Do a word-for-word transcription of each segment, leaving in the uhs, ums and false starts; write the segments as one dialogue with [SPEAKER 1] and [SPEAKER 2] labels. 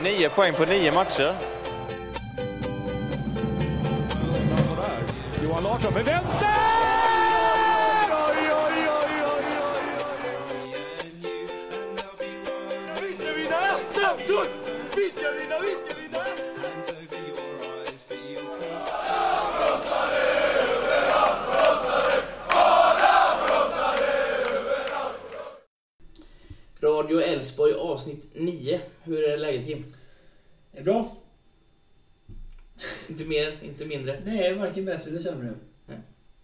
[SPEAKER 1] nio poäng på nio matcher.
[SPEAKER 2] Sådär. Johan Larsson med vänster! Oj, oj, oj, oj, oj, vi ska vinna S M-guld! Vi ska vinna, vi ska vinna!
[SPEAKER 3] Radio Älvsborg avsnitt nio. Hur är läget, Kim?
[SPEAKER 4] Det är bra.
[SPEAKER 3] Inte mer, inte mindre.
[SPEAKER 4] Nej, varken bättre eller sämre.
[SPEAKER 3] Nej.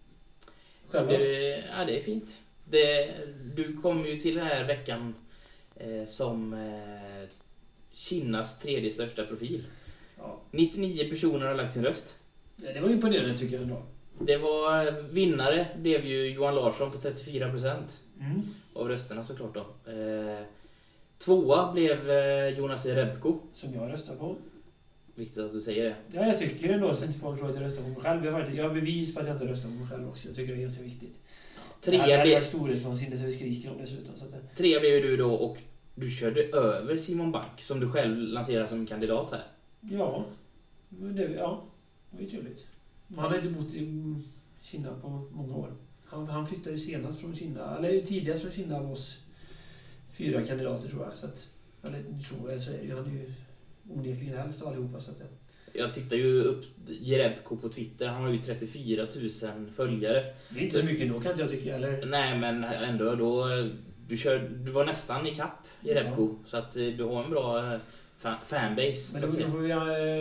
[SPEAKER 4] Själva?
[SPEAKER 3] Det, ja, det är fint. Det, du kom ju till den här veckan eh, som eh, Kinnas tredje största profil.
[SPEAKER 4] Ja.
[SPEAKER 3] nittionio personer har lagt sin röst.
[SPEAKER 4] Det var imponerande tycker jag ändå.
[SPEAKER 3] Det var vinnare blev ju Johan Larsson på trettiofyra procent
[SPEAKER 4] Mm.
[SPEAKER 3] av rösterna såklart då. Eh, tvåa blev eh, Jonas Jerebko.
[SPEAKER 4] Som jag röstar på.
[SPEAKER 3] Viktigt att du säger det.
[SPEAKER 4] Ja, jag tycker ändå så inte folk tror att jag röstar på mig själv. Jag har, faktiskt, jag har bevis på att jag inte röstar på mig själv också. Jag tycker det är ganska viktigt.
[SPEAKER 3] Trea
[SPEAKER 4] det här
[SPEAKER 3] blev,
[SPEAKER 4] är storhetsvansinne så vi skriker om dessutom. Så att det...
[SPEAKER 3] trea blev ju du då och du körde över Simon Bank som du själv lanserar som kandidat här.
[SPEAKER 4] Ja, det, ja, det var ju trevligt. Han har inte bott i Kina på många år. Han, han flyttade ju senast från Kina, eller tidigast från Kina av oss fyra kandidater tror jag. Så att, eller tror jag, så är det ju, han är ju onekligen helst av allihopa. Så att det...
[SPEAKER 3] Jag tittar ju upp Jerebko på Twitter. Han har ju trettiofyra tusen följare.
[SPEAKER 4] Det är inte så mycket då kan inte jag tycka, eller?
[SPEAKER 3] Nej, men ändå då du kör du var nästan i kapp Jerebko
[SPEAKER 4] Ja.
[SPEAKER 3] så att du har en bra fan, fanbase.
[SPEAKER 4] Men
[SPEAKER 3] så
[SPEAKER 4] då,
[SPEAKER 3] att
[SPEAKER 4] då
[SPEAKER 3] säga.
[SPEAKER 4] får vi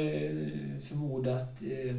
[SPEAKER 4] eh, förmoda att eh,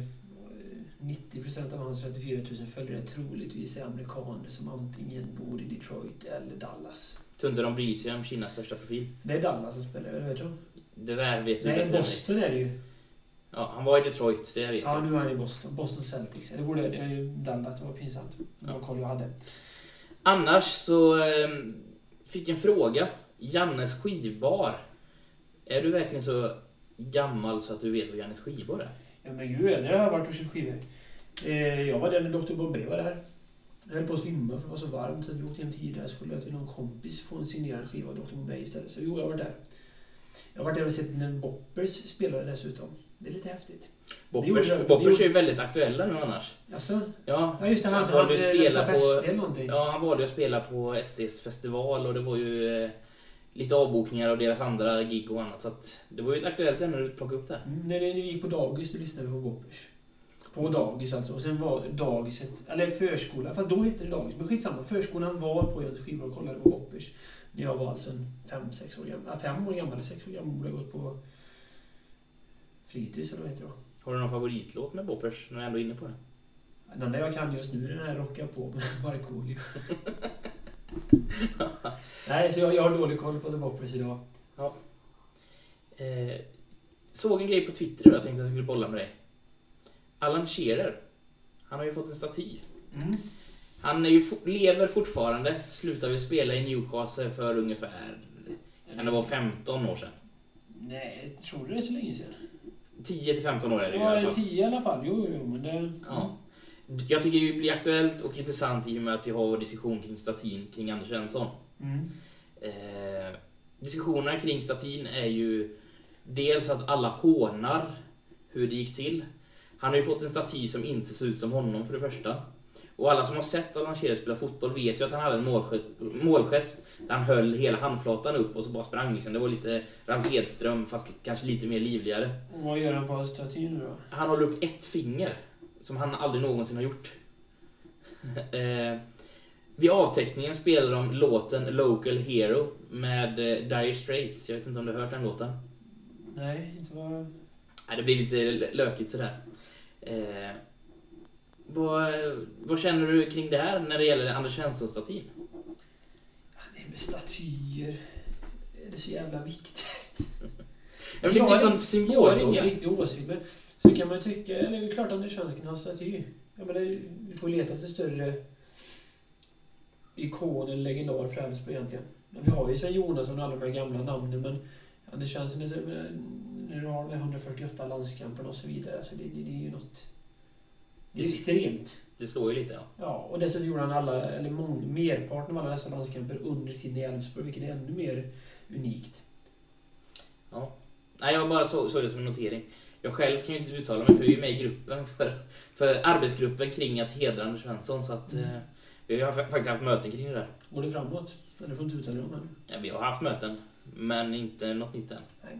[SPEAKER 4] nittio procent av hans trettiofyra tusen följare troligtvis är amerikaner som antingen bor i Detroit eller Dallas.
[SPEAKER 3] Tror inte de bryr sig om Kinas största profil.
[SPEAKER 4] Det är Dallas som spelar, eller vet du?
[SPEAKER 3] Det där vet du
[SPEAKER 4] Nej,
[SPEAKER 3] bättre än
[SPEAKER 4] Boston är det ju.
[SPEAKER 3] mig. Ja, han var i Detroit, det vet
[SPEAKER 4] Ja,
[SPEAKER 3] jag.
[SPEAKER 4] nu är han i Boston. Boston Celtics. Det borde det är ju Dallas, det var pinsamt. Det var
[SPEAKER 3] Ja.
[SPEAKER 4] koll jag hade.
[SPEAKER 3] Annars så eh, fick en fråga. Jannes skivbar. Är du verkligen så gammal så att du vet vad Jannes skivbar är?
[SPEAKER 4] Ja men gud, det har jag varit och köpt skivor. Eh, jag var där när doktor Bombay var där. Jag höll på att svimma för det var så varmt så jag åkte hem tidigare. Jag skulle till någon kompis få en signerad skiva av doktor Bombay istället. Så jo, jag var där. Jag har varit där och sett när Boppers spelade dessutom. Det är lite häftigt.
[SPEAKER 3] Boppers,
[SPEAKER 4] gjorde-
[SPEAKER 3] Boppers
[SPEAKER 4] det
[SPEAKER 3] är ju väldigt aktuella nu annars.
[SPEAKER 4] Alltså,
[SPEAKER 3] Ja,
[SPEAKER 4] ja just det, han,
[SPEAKER 3] Han
[SPEAKER 4] han
[SPEAKER 3] valde
[SPEAKER 4] hade
[SPEAKER 3] att spela
[SPEAKER 4] röstat på
[SPEAKER 3] på-
[SPEAKER 4] S D eller någonting.
[SPEAKER 3] ja, han valde att spela på S D:s festival och det var ju eh, lite avbokningar av deras andra gig och annat. Så att det var ju ett aktuellt ämne att plocka upp det.
[SPEAKER 4] Mm, när, när vi gick på dagis då lyssnade vi på Boppers. På dagis alltså. Och sen var dagiset, eller förskola, fast då hette det dagis. Men skitsamma, förskolan var på Jöns skiva och kollade på Boppers. När jag var alltså en fem, sex år gammal. Ja, fem år gammal eller sex år gammal. Borde jag gått på fritids eller vad heter det då?
[SPEAKER 3] Har du någon favoritlåt med Boppers när jag ändå är inne på det?
[SPEAKER 4] Den enda jag kan just nu är den här Rocka på med Markoolio. Nej, så jag, jag har dålig koll på The Boppers idag.
[SPEAKER 3] Eh, såg en grej på Twitter och jag tänkte att jag skulle bolla med dig. Alan Shearer. Han har ju fått en staty.
[SPEAKER 4] Mm.
[SPEAKER 3] Han är ju fo- lever fortfarande. Slutade ju spela i Newcastle för ungefär kan det vara femton år sedan.
[SPEAKER 4] Nej, tror du det är så länge sedan?
[SPEAKER 3] tio till femton år är det ju i
[SPEAKER 4] Ja,
[SPEAKER 3] alla fall.
[SPEAKER 4] tio i alla fall. Jo, jo, men det...
[SPEAKER 3] Ja. Jag tycker det blir aktuellt och intressant i och med att vi har vår diskussion kring statyn kring Anders Svensson.
[SPEAKER 4] Mm.
[SPEAKER 3] Eh, diskussionerna kring statyn är ju dels att alla hånar hur det gick till. Han har ju fått en staty som inte ser ut som honom för det första. Och alla som har sett Alan Shearer spela fotboll vet ju att han hade en målgest, målgest där han höll hela handflatan upp och så bara sprang liksom. Det var lite Ralf Hedström fast kanske lite mer livligare.
[SPEAKER 4] Och vad gör han på statyn då?
[SPEAKER 3] Han håller upp ett finger som han aldrig någonsin har gjort. eh, vid avteckningen spelar de låten Local Hero med eh, Dire Straits. Jag vet inte om du har hört den låten.
[SPEAKER 4] Nej, inte vad...
[SPEAKER 3] Nej, det blir lite lökigt sådär. Eh, vad, vad känner du kring det här när det gäller Anders Svensson-statyn?
[SPEAKER 4] Nej, med statyer... Är det så jävla viktigt?
[SPEAKER 3] Ja, men det blir sån
[SPEAKER 4] Jag har ingen
[SPEAKER 3] symbolfråga.
[SPEAKER 4] riktig åsikt, men så kan man tycka... Eller det är klart att Anders Svensson kan ha staty. Ja, men det, vi får leta efter större ikon eller legendar för Älvsborg egentligen. Men vi har ju Sven Jonasson och alla de här gamla namnen, men Anders Svensson är så... När du har de hundrafyrtioåtta landskamperna och så vidare, alltså det, det, det är ju något... Det är extremt.
[SPEAKER 3] Det slår ju lite, ja.
[SPEAKER 4] Ja, och dessutom gjorde han alla, eller mång, merparten av alla dessa landskamper under tiden i Älvsborg, vilket är ännu mer unikt.
[SPEAKER 3] Ja. Nej, jag bara såg, såg det som en notering. Jag själv kan ju inte uttala mig för jag är med i gruppen för, för arbetsgruppen kring att hedra Anders Svensson. Så att, mm. eh, vi har faktiskt haft möten kring det där.
[SPEAKER 4] Går det framåt? Eller får inte uttala dig om det?
[SPEAKER 3] Ja, vi har haft möten, men inte något nytt än.
[SPEAKER 4] Nej.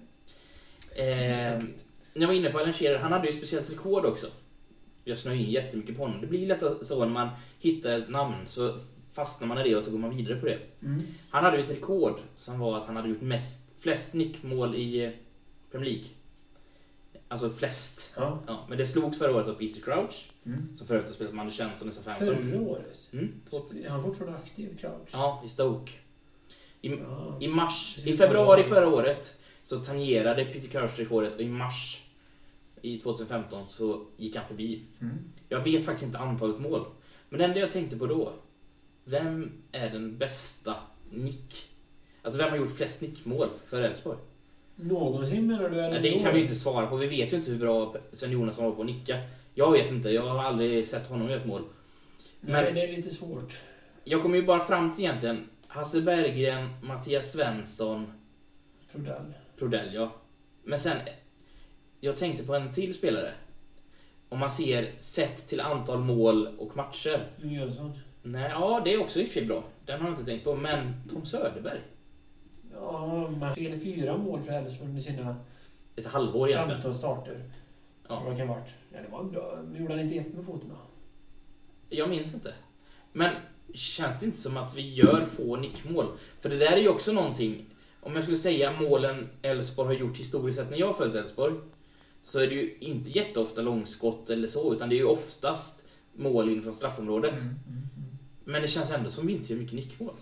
[SPEAKER 3] Eh, jag var inne på Alan Shearer, han hade ju ett speciellt rekord också. Jag snöar in jättemycket på honom. Det blir lätt så när man hittar ett namn så fastnar man i det och så går man vidare på det. Mm. Han hade ju ett rekord som var att han hade gjort mest, flest nickmål i Premier League. Alltså flest. Ja. Ja, men det slogs förra året av Peter Crouch. Mm. Som förut har spelat med Anders Svensson i S femton.
[SPEAKER 4] Förra året?
[SPEAKER 3] Mm.
[SPEAKER 4] Är han fortfarande aktiv, Crouch?
[SPEAKER 3] Ja, i Stoke. I, ja. i mars, i februari förra året så tangerade Peter Crouch rekordet och i mars i tjugohundrafemton så gick han förbi. Mm. Jag vet faktiskt inte antalet mål. Men det enda jag tänkte på då, vem är den bästa nick? Alltså vem har gjort flest nickmål för Elfsborg?
[SPEAKER 4] Någonsin menar du? Eller
[SPEAKER 3] ja, det kan vi inte svara på. Vi vet ju inte hur bra Sven Jonas var på att nicka. Jag vet inte, jag har aldrig sett honom göra ett mål.
[SPEAKER 4] Men nej, det är lite svårt.
[SPEAKER 3] Jag kommer ju bara fram till egentligen Hasse Berggren, Mattias Svensson,
[SPEAKER 4] Prodell.
[SPEAKER 3] Prodell, ja. Men sen, jag tänkte på en till spelare. Om man ser sett till antal mål och matcher.
[SPEAKER 4] Jönsson.
[SPEAKER 3] Nej, ja, det är också i och för sig bra. Den har jag inte tänkt på. Men Tom Söderberg.
[SPEAKER 4] Ja, man spelade fyra mål för Elfsborg med sina
[SPEAKER 3] ett halvår egentligen.
[SPEAKER 4] femton starter.
[SPEAKER 3] Ja.
[SPEAKER 4] Det kan varit. Ja, det var bra. Men gjorde han inte ett med foten då?
[SPEAKER 3] Jag minns inte. Men känns det inte som att vi gör få nickmål? För det där är ju också någonting. Om jag skulle säga målen Elfsborg har gjort historiskt sett när jag har följt Elfsborg, så är det ju inte jätteofta långskott eller så, utan det är ju oftast mål in från straffområdet. Mm, mm, mm. Men det känns ändå som vi inte gör mycket nickmål.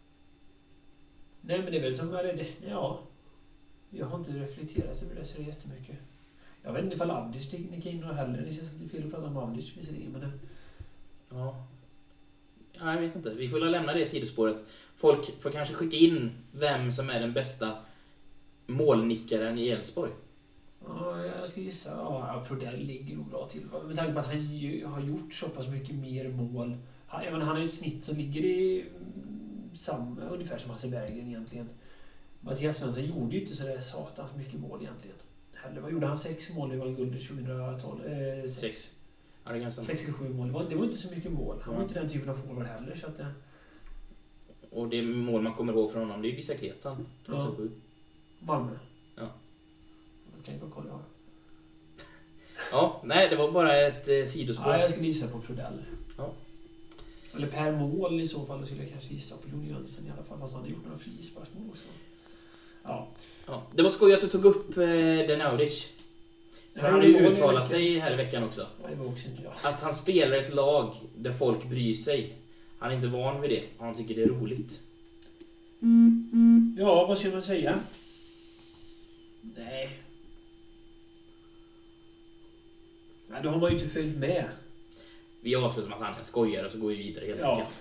[SPEAKER 4] Nej, men det är väl som är det, ja. Jag har inte reflekterat över det så jättemycket. Jag vet inte ifall Avdic nickar in några heller. Det känns lite fel att prata om Avdic visserligen, men det...
[SPEAKER 3] Ja. Ja, jag vet inte. Vi får lämna det sidospåret. Folk får kanske skicka in vem som är den bästa målnickaren i Elfsborg.
[SPEAKER 4] Ja, jag ska gissa. Ja, Prodell ligger nog bra till. Med tanke på att han ju, har gjort så pass mycket mer mål. Han, jag menar, han har ett snitt som ligger i samma, ungefär som Hasse Berggren egentligen. Mattias Svensson gjorde ju inte så där satans mycket mål egentligen. Heller, vad gjorde han? Sex mål i Van Guldet tjugohundratolv? Eh, sex.
[SPEAKER 3] sex. Ja, det är ganska
[SPEAKER 4] sex eller sju mål. Det var, det var inte så mycket mål. Han
[SPEAKER 3] ja.
[SPEAKER 4] var inte den typen av forward heller. Så att det...
[SPEAKER 3] Och det mål man kommer ihåg från honom, det är ju Bicicletan.
[SPEAKER 4] Ja. Malmö.
[SPEAKER 3] Ja.
[SPEAKER 4] Tänk vad koll jag har.
[SPEAKER 3] Ja, nej, det var bara ett eh, sidospår.
[SPEAKER 4] Ja, jag skulle gissa på Prodell.
[SPEAKER 3] Ja.
[SPEAKER 4] Eller per mål i så fall, då skulle jag kanske gissa på Jon Jönsson i alla fall. Fast han hade gjort några frisparksmål också. Ja.
[SPEAKER 3] Ja. Det var skoj att du tog upp eh, Den Audic. Han hade ju uttalat sig här i veckan också.
[SPEAKER 4] Ja, det var också inte jag.
[SPEAKER 3] Att han spelar ett lag där folk bryr sig. Han är inte van vid det. Och han tycker det är roligt.
[SPEAKER 4] Mm, mm. Ja, vad ska man säga? Nej. Ja, då har man ju inte följt med.
[SPEAKER 3] Vi avslutar som att han är en skojare och så går vi vidare helt
[SPEAKER 4] ja.
[SPEAKER 3] enkelt.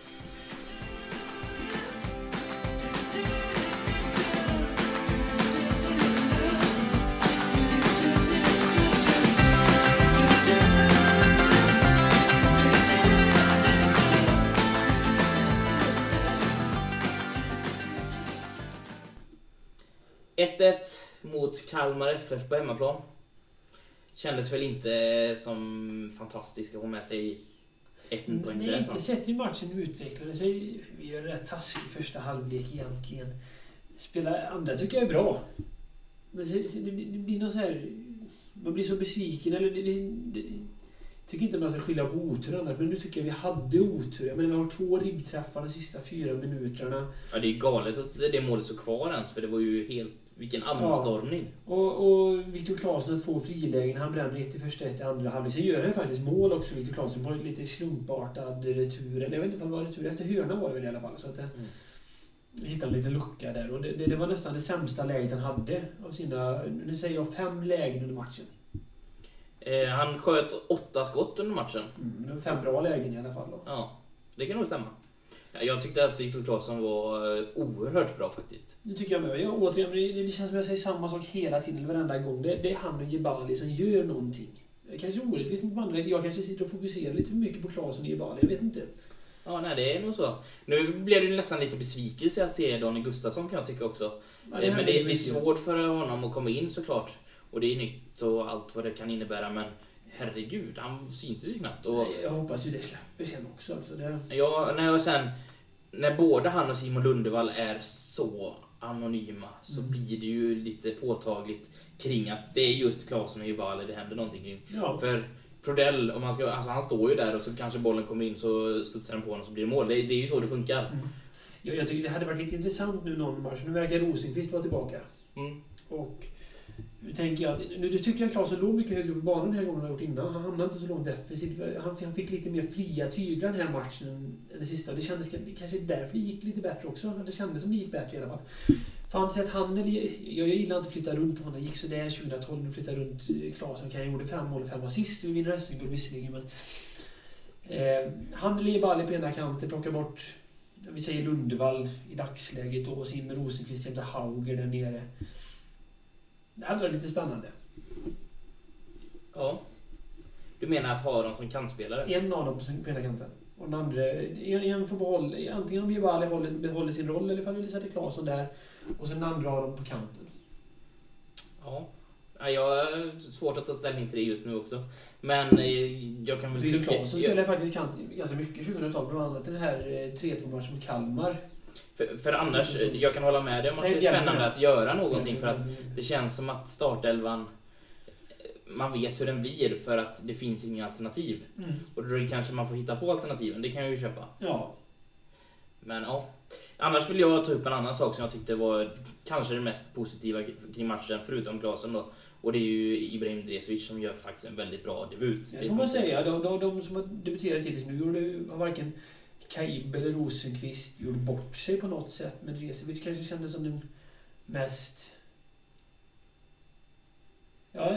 [SPEAKER 3] ett ett mot Kalmar F F på hemmaplan. Kändes väl inte som fantastiskt att ha med sig ett poäng.
[SPEAKER 4] Nej, inte sett i matchen utvecklade sig. Vi gör rätt taskig första halvlek egentligen. Spela andra tycker jag är bra. Men det, det, det blir något så här... Man blir så besviken. Eller det, det, det, tycker inte man ska skylla på otur annars, men nu tycker jag vi hade otur. Jag menar, vi har två ribbträffar de sista fyra minuterna.
[SPEAKER 3] Ja, det är galet att det målet så kvar ens, för det var ju helt... Vilken anstormning.
[SPEAKER 4] Ja. Och, och Viktor Claesson har två frilägen. Han bränner ett i första, ett i andra halvlek. Sen gör han faktiskt mål också, Viktor Claesson, på en lite slumpartad retur. Eller jag vet inte om det var retur. Efter hörna var det väl i alla fall. Så att det, mm. jag hittade en liten lucka där. Och det, det, det var nästan det sämsta läget han hade av sina... Nu säger jag fem lägen under matchen.
[SPEAKER 3] Eh, han sköt åtta skott under matchen.
[SPEAKER 4] Mm, fem bra lägen i alla fall då.
[SPEAKER 3] Ja, det kan nog stämma. Jag tyckte att Viktor Claesson var oerhört bra faktiskt.
[SPEAKER 4] Det tycker jag med. Jag, återigen, det, det känns som jag säger samma sak hela tiden, varenda gång. Det, det är han och Jebali som gör någonting. Det kanske är orättvist mot andra. Jag kanske sitter och fokuserar lite för mycket på Claesson och Jebali. Jag vet inte.
[SPEAKER 3] Ja, nej, det är nog så. Nu blir det nästan lite besvikelse att se Daniel Gustafsson, kan jag tycka också. Ja, det men det, det är svårt för honom att komma in såklart. Och det är nytt och allt vad det kan innebära. Men herregud, han syntes ju knappt. Och
[SPEAKER 4] jag hoppas ju det släpper sen också. Alltså det...
[SPEAKER 3] Ja, när, och sen, när både han och Simon Lundevall är så anonyma så mm. blir det ju lite påtagligt kring att det är just Claesson och Jebali det händer någonting kring.
[SPEAKER 4] Ja.
[SPEAKER 3] För Prodell, om man ska, alltså han står ju där och så kanske bollen kommer in så studsar den på honom och så blir det mål. Det, det är ju så det funkar.
[SPEAKER 4] Mm. Jag, jag tycker det hade varit lite intressant nu någon match. Nu verkar Rosenqvist vara tillbaka.
[SPEAKER 3] Mm.
[SPEAKER 4] Och nu tänker jag att, nu, nu tycker jag att Claesson låg mycket högre upp i banan den här gången än han gjort innan. Han hamnade inte så långt defensivt. Han, han fick lite mer fria tyglar den här matchen än det sista. Det kändes kanske därför det gick lite bättre också. Det kändes som det gick bättre i alla fall. Fanns att han, jag, jag gillar inte att flytta runt på honom. Det gick så där tjugohundratolv och flytta runt Claesson. Han gjorde fem mål och fem assist. Vi vinner S M-guld visserligen. Men, eh, han eller Jebali på ena kanten plockar bort, vi säger Lundevall i dagsläget och så in med Rosenqvist jämte Hauger där nere. Det hade varit lite spännande.
[SPEAKER 3] Ja. Du menar att ha dem som kantspelare?
[SPEAKER 4] En av dem på ena kanten. Och den andra, en, en får behålla, antingen om Jebali behåller, behåller sin roll eller ifall vi sätter Claesson där. Och sen den andra av dem på kanten.
[SPEAKER 3] Ja. Ja, jag har svårt att ta ställning till det just nu också. Men jag kan väl
[SPEAKER 4] tycka...
[SPEAKER 3] tycka...
[SPEAKER 4] Claesson spelade jag faktiskt kant ganska mycket tjugohundratolv, bland annat den här tre två matchen mot Kalmar.
[SPEAKER 3] För, för annars, jag kan hålla med dig om att Nej, det är spännande att göra någonting för att det känns som att startelvan, man vet hur den blir för att det finns inga alternativ. Mm. Och då kanske man får hitta på alternativen, det kan jag ju köpa.
[SPEAKER 4] Ja.
[SPEAKER 3] Men ja, annars vill jag ta upp en annan sak som jag tyckte var kanske det mest positiva kring matchen, förutom Claesson då. Och det är ju Ibrahim Dresevic som gör faktiskt en väldigt bra debut.
[SPEAKER 4] Det får man säga, de, de, de som har debuterat hittills nu gjorde har varken Kaib eller Rosenqvist gjorde bort sig på något sätt, men Dresevic kanske kändes som den mest ja,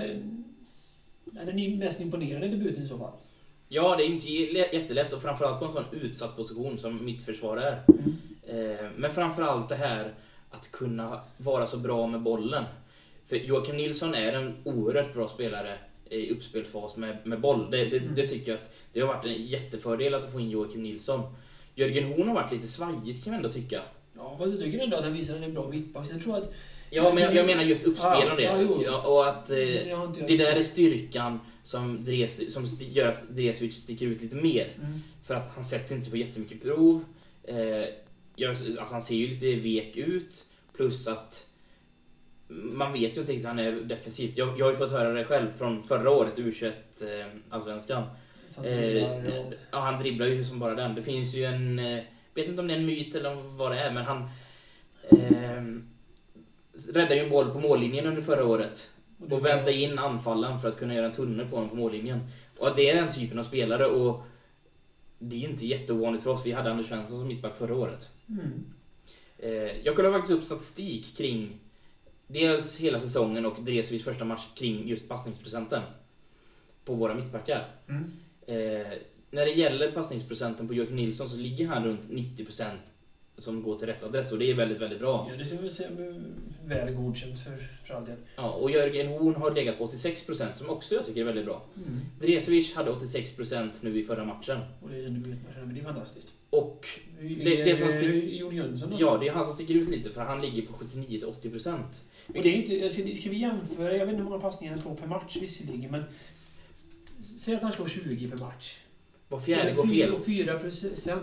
[SPEAKER 4] den mest imponerande debuten i så fall.
[SPEAKER 3] Ja, det är inte jättelätt och framförallt på en sån utsatt position som mittförsvar är. Mm. Men framförallt det här att kunna vara så bra med bollen. För Joakim Nilsson är en oerhört bra spelare i uppspelfas med, med boll. Det, det, mm. det tycker jag att det har varit en jättefördel att få in Joakim Nilsson. Jörgen Horn har varit lite svajigt kan jag ändå tycka.
[SPEAKER 4] Ja, vad du tycker ändå att han visar en bra mittback. Sen tror jag att...
[SPEAKER 3] Ja, men jag, jag menar just uppspel om det.
[SPEAKER 4] Ja,
[SPEAKER 3] ja, och att eh, det där är styrkan som, Dres, som sti, gör att Dresevic sticker ut lite mer. Mm. För att han sätts inte på jättemycket prov. Eh, gör, alltså han ser ju lite vek ut. Plus att man vet ju inte riktigt att han är defensivt. Jag, jag har ju fått höra det själv från förra året, U tjugoett eh, allsvenskan. Eh, ja, han dribblar ju som bara den. Det finns ju en, eh, vet inte om det är en myt eller vad det är, men han eh, räddade ju en boll på mållinjen under förra året. Och, och väntade in anfallen för att kunna göra en tunnel på honom på mållinjen. Och det är den typen av spelare och det är inte jätteovanligt för oss. Vi hade Anders Svensson som mittback förra året. Mm. Eh, jag kunde faktiskt upp statistik kring dels hela säsongen och Dresevics första match kring just passningsprocenten på våra mittbackar. Mm. Eh, när det gäller passningsprocenten på Joakim Nilsson så ligger han runt nittio procent som går till rätt adress och det är väldigt, väldigt bra.
[SPEAKER 4] Ja, det ser vi se väl godkänt för, för all del.
[SPEAKER 3] Ja, och Jörgen Horn har legat på åttiosex procent som också jag tycker är väldigt bra. Mm. Dresevic hade åttiosex procent nu i förra matchen.
[SPEAKER 4] Och det är en debutmatch, men det är fantastiskt.
[SPEAKER 3] Och det, det som sticker,
[SPEAKER 4] Jon Jönsson då?
[SPEAKER 3] Ja, det är han som sticker ut lite för han ligger på sjuttionio till åttio procent.
[SPEAKER 4] Och det är inte, ska, ska vi jämföra, jag vet inte hur många passningar han slår per match visserligen, men säg att han slår tjugo per match.
[SPEAKER 3] Var fjärde går fel.
[SPEAKER 4] Och fyra procent.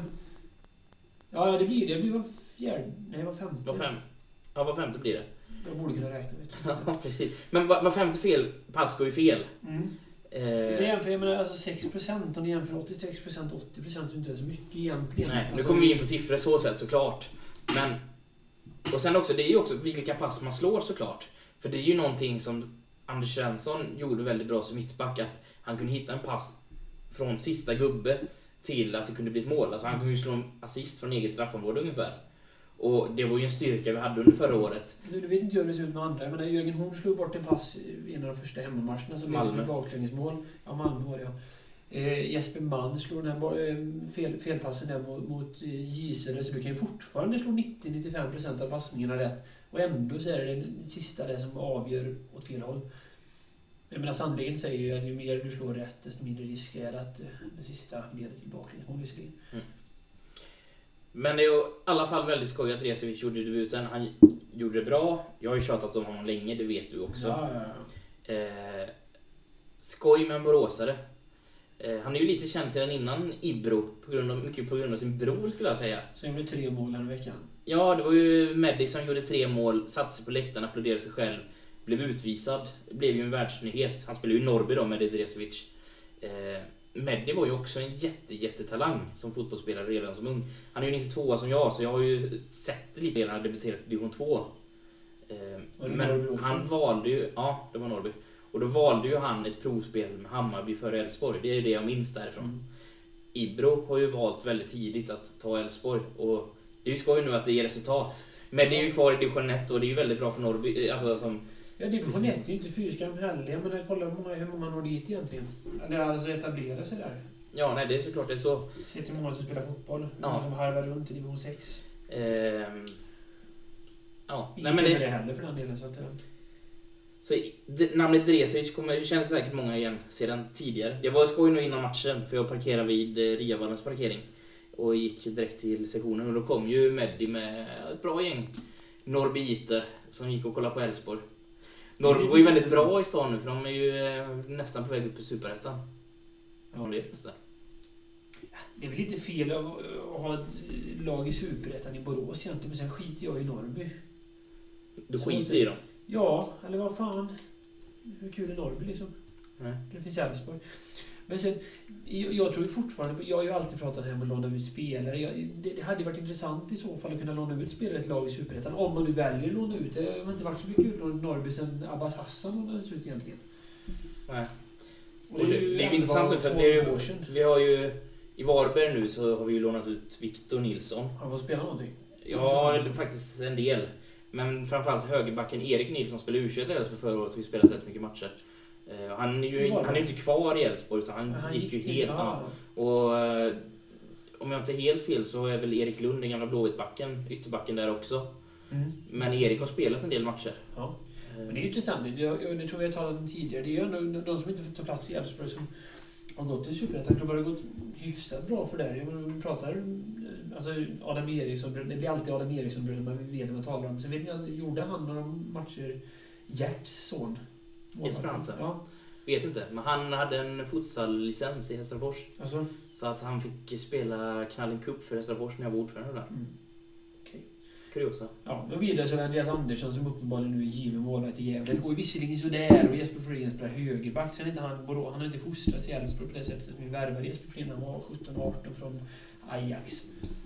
[SPEAKER 4] Ja, det blir det. Det blir var fjärde. Nej, var femte.
[SPEAKER 3] Var fem. Ja, var femte blir det.
[SPEAKER 4] Jag borde kunna räkna, vet du.
[SPEAKER 3] Ja, precis. Men var, var femte fel pass går ju fel. Mm.
[SPEAKER 4] Eh. Det jämför, jag menar, alltså sex procent. Om ni jämför åttiosex procent, åttio procent så är det inte så mycket egentligen.
[SPEAKER 3] Nej,
[SPEAKER 4] alltså,
[SPEAKER 3] nu kommer vi in på siffror så sätt såklart. Men, och sen också, det är ju också vilka pass man slår såklart. För det är ju någonting som Anders Svensson gjorde väldigt bra som mittback, att han kunde hitta en pass från sista gubbe till att det kunde bli ett mål. Alltså han kunde ju slå en assist från eget straffområde ungefär. Och det var ju en styrka vi hade under förra året.
[SPEAKER 4] Nu, du vet inte hur det ser ut med andra, men Jörgen Horn slog bort en pass i en av de första hemmamatcherna som ledde till baklängesmål. Ja, Malmö var det, ja. Eh, Jesper Mann slog den här eh, fel, felpassen där mot, mot eh, Gisele, så du kan ju fortfarande slå nittio till nittiofem procent av passningarna rätt. Och ändå så är det den sista där som avgör åt fel håll. Jag menar, sannoliken säger ju att ju mer du slår rätt, desto mindre risk är det att uh, det sista leder till baklängesmål visserligen. Mm.
[SPEAKER 3] Men det är i alla fall väldigt skoj att Resevic gjorde debuten. Han gjorde det bra. Jag har ju tjatat om honom länge, det vet du också.
[SPEAKER 4] Ja, ja, ja.
[SPEAKER 3] Eh, skoj med en boråsare. Eh, han är ju lite känd sedan innan Ibro, på grund av, mycket på grund av sin bror skulle jag säga.
[SPEAKER 4] Så gjorde tre mål den veckan.
[SPEAKER 3] Ja, det var ju Meddi som gjorde tre mål, satte sig på läktaren, applåderade sig själv, blev utvisad. Det blev ju en världsnyhet. Han spelade ju i Norrby då, Meddi Resevic. Eh, Meddi var ju också en jätte, jättetalang som fotbollsspelare redan som ung. Han är ju nittiotvå som jag, så jag har ju sett det lite redan när han debuterat i division två. Eh, men han valde ju, ja det var Norrby. Och då valde ju han ett provspel med Hammarby före Elfsborg. Det är det jag minns därifrån. Mm. Ibro har ju valt väldigt tidigt att ta Elfsborg. Och det är ju skoj nu att det ger resultat. Men det är ju kvar i division ett och det är ju väldigt bra för Norrby. Alltså, som,
[SPEAKER 4] ja, division ett är ju inte fyrskam heller. Men jag kollar hur många, hur många når dit egentligen. Eller alltså etablera sig där.
[SPEAKER 3] Ja, nej det är såklart det är så.
[SPEAKER 4] Se till många som spelar fotboll.
[SPEAKER 3] Ja.
[SPEAKER 4] Som harvar runt i division sex.
[SPEAKER 3] Ehm, ja,
[SPEAKER 4] nej, men det... det heller för den delen. Så att,
[SPEAKER 3] Så det, namnet Dresevic kommer, det känns säkert många igen sedan tidigare. Jag var skoj nu innan matchen för jag parkerade vid eh, Riavallens parkering och gick direkt till sektionen och då kom ju Meddi med ett bra gäng norrbiter som gick och kollade på Elfsborg. Norrby var ju väldigt bra i stan nu för de är ju eh, nästan på väg upp i Superettan. Ja, det är nästan.
[SPEAKER 4] Det är väl lite fel att ha ett lag i Superettan i Borås egentligen, men sen skiter jag i Norrby.
[SPEAKER 3] Du skiter i dem?
[SPEAKER 4] Ja, eller vad fan. Hur kul är Norrby liksom?
[SPEAKER 3] Nej.
[SPEAKER 4] Det finns Elfsborg. Men sen, jag, jag tror fortfarande, jag har ju alltid pratat här om att låna ut spelare. Jag, det, det hade varit intressant i så fall att kunna låna ut spelare ett lag i Superettan. Om man nu väljer att låna ut. Det har inte varit så mycket utlån i Norrby sen Abbas Hassan lånades ut egentligen.
[SPEAKER 3] Nej.
[SPEAKER 4] Och det är ju
[SPEAKER 3] det är intressant för vi, är, vi har ju i Varberg nu så har vi ju lånat ut Victor Nilsson.
[SPEAKER 4] Han får spela någonting?
[SPEAKER 3] Ja, det är faktiskt en del. Men framförallt högerbacken Erik Nilsson spelade U tjugoett i Elfsborg förra året och vi spelat rätt mycket matcher. Uh, han är ju han är inte kvar i Elfsborg utan han, han gick, gick ju helt ja. Och uh, om jag inte är helt fel så är väl Erik Lund den gamla blåvittbacken, ytterbacken där också. Mm. Men Erik har spelat en del matcher.
[SPEAKER 4] Ja. Men det är intressant. Jag, jag, jag tror vi har talat om tidigare. Det är ju ändå de som inte får ta plats i Elfsborg som har gått till Superettan. Det har gått hyfsat bra för det. Vi pratar alltså Adam Eriksson, det blir alltid Adam Eriksson när man vet vad man talar om. Så vet ni, gjorde han några matcher Gerts son?
[SPEAKER 3] Esperanza. Ja. Vet inte, men han hade en futsal-licens i Hästrafors.
[SPEAKER 4] Alltså?
[SPEAKER 3] Så att han fick spela Knallen Cup för Hästrafors när jag var ordförande där.
[SPEAKER 4] Mm. Okej.
[SPEAKER 3] Kuriosa.
[SPEAKER 4] Ja, men vidare så är Andreas Andersson som uppenbarligen nu är given målvakt i Gävle. Det går ju visserligen sådär och Jesper Florén spelar högerback. Sen är inte han, han har inte fostrats i Elfsborg på det sättet som vi värvade Jesper Florén. Han var sjutton arton från Ajax.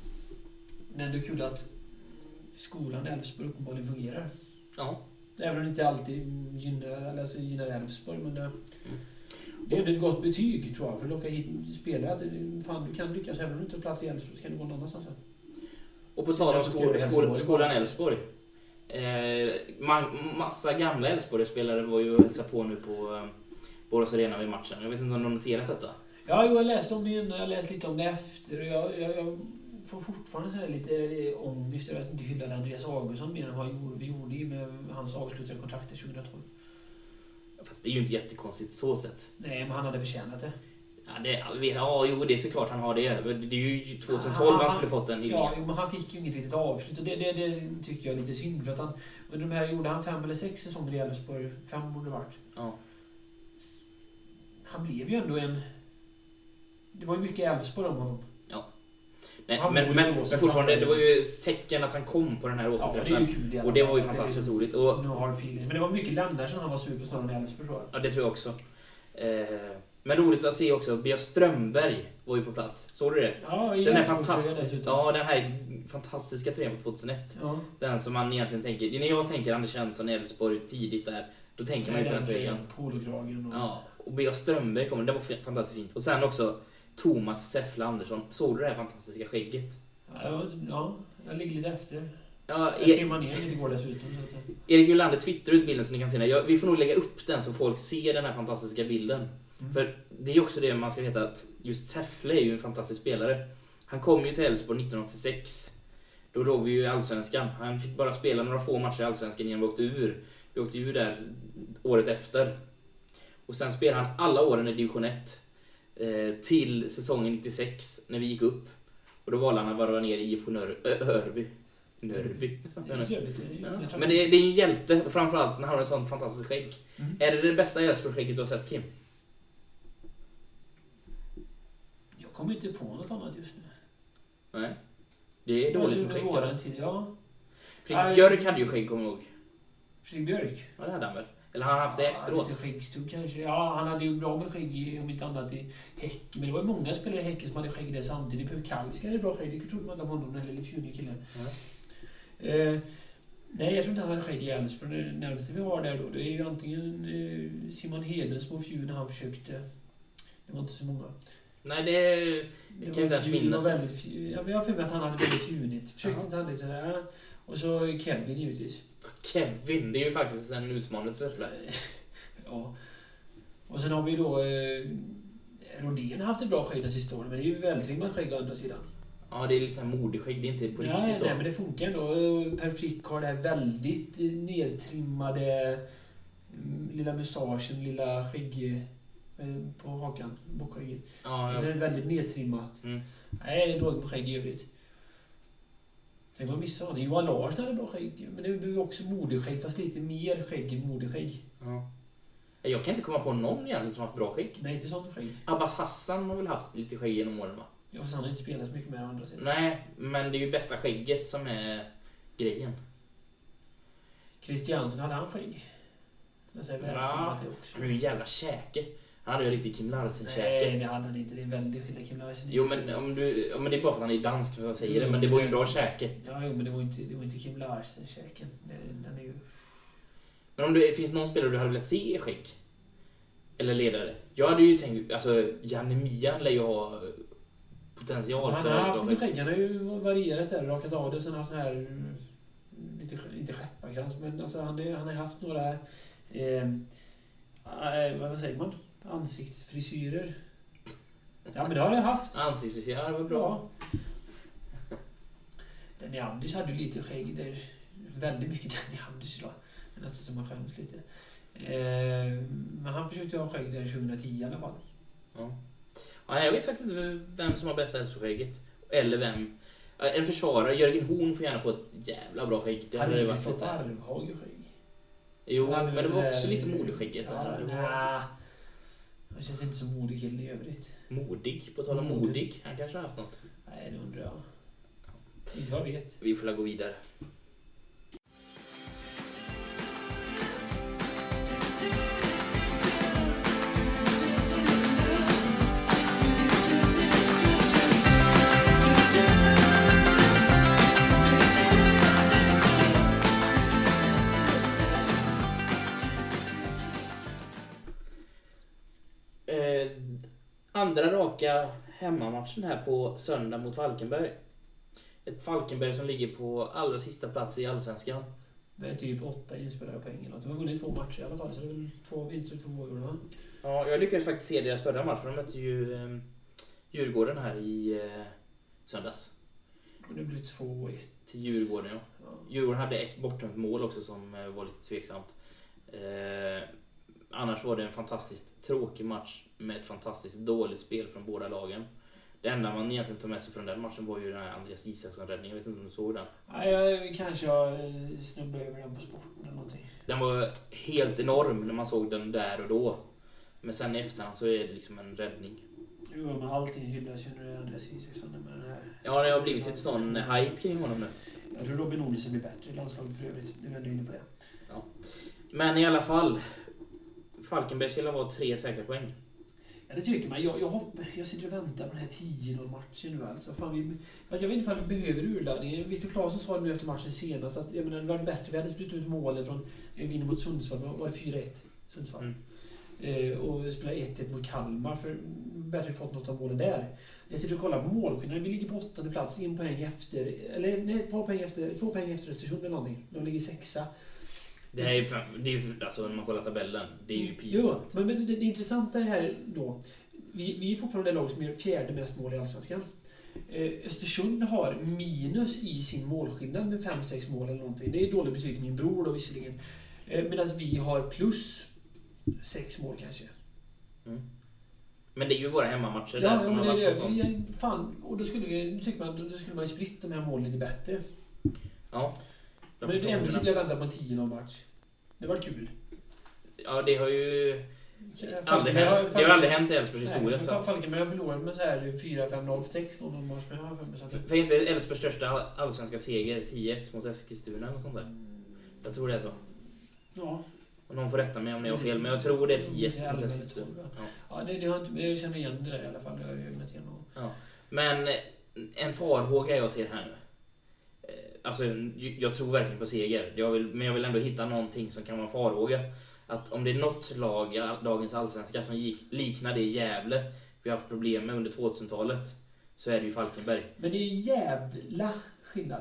[SPEAKER 4] Men det är kul att skolan i Elfsborg uppenbarligen fungerar.
[SPEAKER 3] Ja.
[SPEAKER 4] Även om det inte alltid gynnar, alltså gynnar Elfsborg, men det, mm. det är ett gott betyg tror jag för att locka hit spelare. Att fan, du kan lyckas även om du inte har plats i Elfsborg så kan du gå någon annanstans sen.
[SPEAKER 3] Och på tal om skol, skol, skolan Elfsborg. Eh, massa gamla Elfsborg-spelare var ju och hälsade på nu på eh, Borås Arena vid matchen. Jag vet inte om du har noterat detta.
[SPEAKER 4] Ja, jag har läst om det innan, jag har läst lite om det efter. Jag, jag, jag får fortfarande så här lite ångest över att inte hylla Andreas Augustsson mer än vad vi gjorde med hans avslutade kontrakter tjugohundratolv.
[SPEAKER 3] Fast det är ju inte jättekonstigt så sett.
[SPEAKER 4] Nej, men han hade förtjänat det.
[SPEAKER 3] Ja, det, ja jo, det är såklart han har det. Det är ju tjugotolv han, han skulle fått en hyllning.
[SPEAKER 4] Ja, men han fick ju inget riktigt avslut. Och det, det, det tycker jag är lite synd. För att han, under de här gjorde han fem eller sex säsonger i Elfsborg. Fem borde det varit.
[SPEAKER 3] Ja.
[SPEAKER 4] Han blev ju ändå en... Det var ju mycket Elfsborg om honom.
[SPEAKER 3] Ja. Nej, men, men, men fortfarande, det var ju ett tecken att han kom på den här återträffen.
[SPEAKER 4] Ja, det är ju kul, det
[SPEAKER 3] och det var ju fantastiskt roligt. Och,
[SPEAKER 4] no hard feelings. Men det var mycket länder som han var super snarare än Elfsborg, tror jag.
[SPEAKER 3] Ja, det tror jag också. Eh, men roligt att se också, Björn Strömberg var ju på plats. Såg du det?
[SPEAKER 4] Ja,
[SPEAKER 3] den här fantastiska, ja, den här fantastiska tröjan på tjugohundraett.
[SPEAKER 4] Ja.
[SPEAKER 3] Den som man egentligen tänker, när jag tänker Anders Svensson i Elfsborg tidigt där, då tänker man ju på den tröjan.
[SPEAKER 4] Polokragen och...
[SPEAKER 3] Ja, och Björn Strömberg kommer, det var fantastiskt fint. Och sen också Thomas Säffle Andersson. Såg du det här fantastiska skägget?
[SPEAKER 4] Ja, ja jag ligger lite efter.
[SPEAKER 3] Ja,
[SPEAKER 4] jag trimmar ner lite går dessutom. Så att...
[SPEAKER 3] Erik Julander twittrar ut bilden så ni kan se den. Jag, vi får nog lägga upp den så folk ser den här fantastiska bilden. Mm. För det är också det man ska veta att just Säffle är ju en fantastisk spelare. Han kom ju till Elfsborg nittonhundraåttiosex. Då låg vi ju i Allsvenskan. Han fick bara spela några få matcher i Allsvenskan innan vi åkte ur. Vi åkte ur där året efter. Och sen spelade han alla åren i division ett. Eh, till säsongen nittiosex när vi gick upp. Och då valde han att vara ner i I F K Nör- Ö- Örby. Nörby.
[SPEAKER 4] Det är trevligt.
[SPEAKER 3] Ja. Men det är, det är en hjälte, och framförallt när han har en sån fantastisk skägg.
[SPEAKER 4] Mm.
[SPEAKER 3] Är det det bästa Elfsborg-skägget du har sett, Kim?
[SPEAKER 4] Jag kommer inte på något annat just nu.
[SPEAKER 3] Nej. Det är dåligt med skägg.
[SPEAKER 4] Alltså,
[SPEAKER 3] Alltså.
[SPEAKER 4] tid, ja.
[SPEAKER 3] Fredrik Björk hade ju skägg, kommer jag ihåg.
[SPEAKER 4] Fredrik Björk?
[SPEAKER 3] Ja, det hade han väl? Eller har han haft det
[SPEAKER 4] Ja,
[SPEAKER 3] efteråt?
[SPEAKER 4] lite skäggstugg kanske. Ja, han hade ju bra med skägg i, om inte annat i Häcken. Men det var ju många spelare i Häcken som hade skägg där samtidigt. Pep Kalski hade bra skägg. Det trodde man inte om honom, den lite fjunig killen. Mm. Eh, nej, jag tror inte han hade skägg i Elfsborg. Det närmaste vi har där då, det är ju antingen eh, Simon Hedens små fjun när han försökte. Det var inte så många.
[SPEAKER 3] Nej, det, det kan jag inte ens minnas.
[SPEAKER 4] Väldigt, ja, men jag har för mig att han hade väldigt fjunigt. Försökte inte han lite sådär. Och så Kevin givetvis.
[SPEAKER 3] Kevin, det är ju faktiskt en utmanande träffare.
[SPEAKER 4] Ja. Och sen har vi då eh, Rodén har haft ett bra skägg den sista åren, men det är ju vältrimmat skägg å andra sidan.
[SPEAKER 3] Ja, det är lite så här modeskägg, det är inte på
[SPEAKER 4] Ja,
[SPEAKER 3] riktigt.
[SPEAKER 4] nej, men det funkar ändå. Per Frick har det här väldigt nedtrimmade mm, lilla mustaschen, lilla skägg eh, på hakan, bokskägget.
[SPEAKER 3] Ja,
[SPEAKER 4] Så det
[SPEAKER 3] ja.
[SPEAKER 4] är väldigt nedtrimmat.
[SPEAKER 3] Mm.
[SPEAKER 4] Nej, det är dåligt på skägg i övrigt. Tänk man missar det. Johan Larsson hade bra skägg, men det är också modeskägg, fast lite mer skägg än modeskägg.
[SPEAKER 3] Ja. Jag kan inte komma på någon egentligen som har haft bra skägg.
[SPEAKER 4] Nej, inte sånt skägg.
[SPEAKER 3] Abbas Hassan har väl haft lite skägg genom åren, va?
[SPEAKER 4] Ja, fast han har inte spelat så mycket med å andra sidan.
[SPEAKER 3] Nej, men det är ju bästa skägget som är grejen.
[SPEAKER 4] Christiansen, hade han skägg? Jag säger väl
[SPEAKER 3] Ja,
[SPEAKER 4] det också.
[SPEAKER 3] han är ju en jävla käke. Han hade ju en riktig Kim Larsen-käke.
[SPEAKER 4] Nej, det hade han inte. Det är en väldigt skillnad Kim Larsen.
[SPEAKER 3] Jo, men, om du, ja, men det är bara för att han är dansk som jag säger det. Men det var ju en bra käke.
[SPEAKER 4] Ja, jo, men det var inte, det var inte Kim Larsen-käken. Den, den är ju...
[SPEAKER 3] Men om det finns någon spelare du hade velat se i skägg? Eller ledare? Jag hade ju tänkt, alltså Janne Mian lär ju ha potential.
[SPEAKER 4] Han har haft lite skägg. Han har ju varierat där. Rakat av det. Sen har han sån här... Lite, inte skepparkrans, men alltså han, är, han har haft några... Eh, eh, vad säger man? Ansiktsfrisyrer. Ja, men det har jag haft.
[SPEAKER 3] Ansiktsfrisyrer, ja, det var bra.
[SPEAKER 4] Ja. Danny Anders hade ju lite skägg där. Väldigt mycket Danny Anders idag. Nästan som man skäms lite. Eh, men han försökte ha skägg där tjugohundratio i alla fall.
[SPEAKER 3] Ja. Ja, jag vet faktiskt inte vem som har bästa Elfsborg-skägget. Eller vem... En försvarare, Jörgen Horn, får gärna få ett jävla bra skägg. Det hade
[SPEAKER 4] hade
[SPEAKER 3] det
[SPEAKER 4] inte
[SPEAKER 3] varit
[SPEAKER 4] Kristoffer
[SPEAKER 3] lite...
[SPEAKER 4] Arvhag skägg.
[SPEAKER 3] Jo,
[SPEAKER 4] Han
[SPEAKER 3] men det var också
[SPEAKER 4] där-
[SPEAKER 3] lite modeskägget.
[SPEAKER 4] Ja,
[SPEAKER 3] Det var
[SPEAKER 4] nej. Han känns inte som modig kille i övrigt.
[SPEAKER 3] modig, på tal om
[SPEAKER 4] Modig.
[SPEAKER 3] modig. Han kanske har haft något.
[SPEAKER 4] Nej, det undrar jag. Inte vad jag vet.
[SPEAKER 3] Vi får la gå vidare. Eh, andra raka hemmamatchen här på söndag mot Falkenberg. Ett Falkenberg som ligger på allra sista plats i Allsvenskan.
[SPEAKER 4] Med typ åtta inspelade poäng eller något. De har vunnit två matcher i alla fall, så det är väl två vinster och två oavgjorda.
[SPEAKER 3] Ja, jag lyckades faktiskt se deras förra match, för de mötte ju eh, Djurgården här i eh, söndags.
[SPEAKER 4] Och det blir två ett.
[SPEAKER 3] Till Djurgården, ja.
[SPEAKER 4] Ja.
[SPEAKER 3] Djurgården hade ett bortdömt mål också som eh, var lite tveksamt. Eh, annars var det en fantastiskt tråkig match med ett fantastiskt dåligt spel från båda lagen. Det enda man egentligen tar med sig från den matchen var ju den här Andreas Isaksson-räddningen. Jag vet inte om du såg den.
[SPEAKER 4] Nej, jag kanske jag eh, snubblade över den på sporten eller någonting.
[SPEAKER 3] Den var helt enorm när man såg den där och då. Men sen i efterhand så är det liksom en räddning.
[SPEAKER 4] Jo, men allting hyllas ju när det är Andreas Isaksson med den här.
[SPEAKER 3] Ja, det har blivit lite sån hype kring honom nu.
[SPEAKER 4] Jag tror Robin Olsson blir bättre i landslaget för övrigt. Nu är du inne på det.
[SPEAKER 3] Men i alla fall, Falkenberg skulle vara tre säkra poäng.
[SPEAKER 4] Ja, det tycker man. Jag, jag, hopp, jag sitter och väntar på den här tio noll-matchen nu alltså. Fan, vi, för att jag vet inte om vi behöver urladdningen. Victor Claesson sa det nu efter matchen senast att jag menar, det var bättre. Vi hade spritt ut målen från vi vinner mot Sundsvall. Det var fyra ett Sundsvall.
[SPEAKER 3] Mm.
[SPEAKER 4] Eh, och spela ett ett mot Kalmar. För bättre fått något av målen där. Jag sitter och kollar på målskillnaden. Vi ligger på åttonde plats. En poäng efter. Eller nej, ett par poäng efter. Två poäng efter Östersund eller någonting. De ligger sexa.
[SPEAKER 3] Det här är ju, det är ju alltså när man kollar tabellen, det är ju
[SPEAKER 4] Jo,
[SPEAKER 3] pinsamt.
[SPEAKER 4] men, men det, det intressanta här då. Vi, vi är fortfarande det lag som gör fjärde mest mål i Allsvenskan. Eh, Östersund har minus i sin målskillnad med fem sex mål eller någonting. Det är dåligt betyg till min bror då visserligen. Eh, Medan vi har plus sex mål kanske.
[SPEAKER 3] Mm. Men det är ju våra hemmamatcher
[SPEAKER 4] Ja,
[SPEAKER 3] där som
[SPEAKER 4] men
[SPEAKER 3] har
[SPEAKER 4] det
[SPEAKER 3] varit
[SPEAKER 4] är
[SPEAKER 3] på
[SPEAKER 4] det.
[SPEAKER 3] sånt.
[SPEAKER 4] Ja, fan, och då skulle vi, nu tycker man, då skulle man ju splitta de här målen lite bättre.
[SPEAKER 3] Ja.
[SPEAKER 4] Men det ändå sitter jag och väntar på en tio noll match. Det var kul.
[SPEAKER 3] Ja, det har ju
[SPEAKER 4] Falkenberg
[SPEAKER 3] aldrig
[SPEAKER 4] har-
[SPEAKER 3] hänt. Det har aldrig hänt i Elfsborgs
[SPEAKER 4] Nej,
[SPEAKER 3] historia.
[SPEAKER 4] men
[SPEAKER 3] Så att,
[SPEAKER 4] Falkenberg har förlorat med så här fyra fem noll sex noll match, men jag har för mig så att det...
[SPEAKER 3] för inte Elfsborgs största allsvenska seger tio ett mot Eskilstuna och sånt där. Jag tror det är så.
[SPEAKER 4] Ja.
[SPEAKER 3] Och någon får rätta mig om ni har fel, men jag tror det är tio ett
[SPEAKER 4] Det är
[SPEAKER 3] mot
[SPEAKER 4] elva eller
[SPEAKER 3] Eskilstuna.
[SPEAKER 4] tolv,
[SPEAKER 3] Ja.
[SPEAKER 4] Ja, det, det har inte, jag känner igen det där i alla fall. Jag har ju ögnat igenom.
[SPEAKER 3] Ja. Men en farhåga jag ser här nu. Eh, Alltså, jag tror verkligen på seger. Jag vill, men jag vill ändå hitta någonting som kan vara en farhåga. Att om det är något lag i dagens allsvenska som gick, liknar det i Gävle, vi har haft problem med under tvåtusentalet, så är det ju Falkenberg.
[SPEAKER 4] Men det är ju jävla skillnad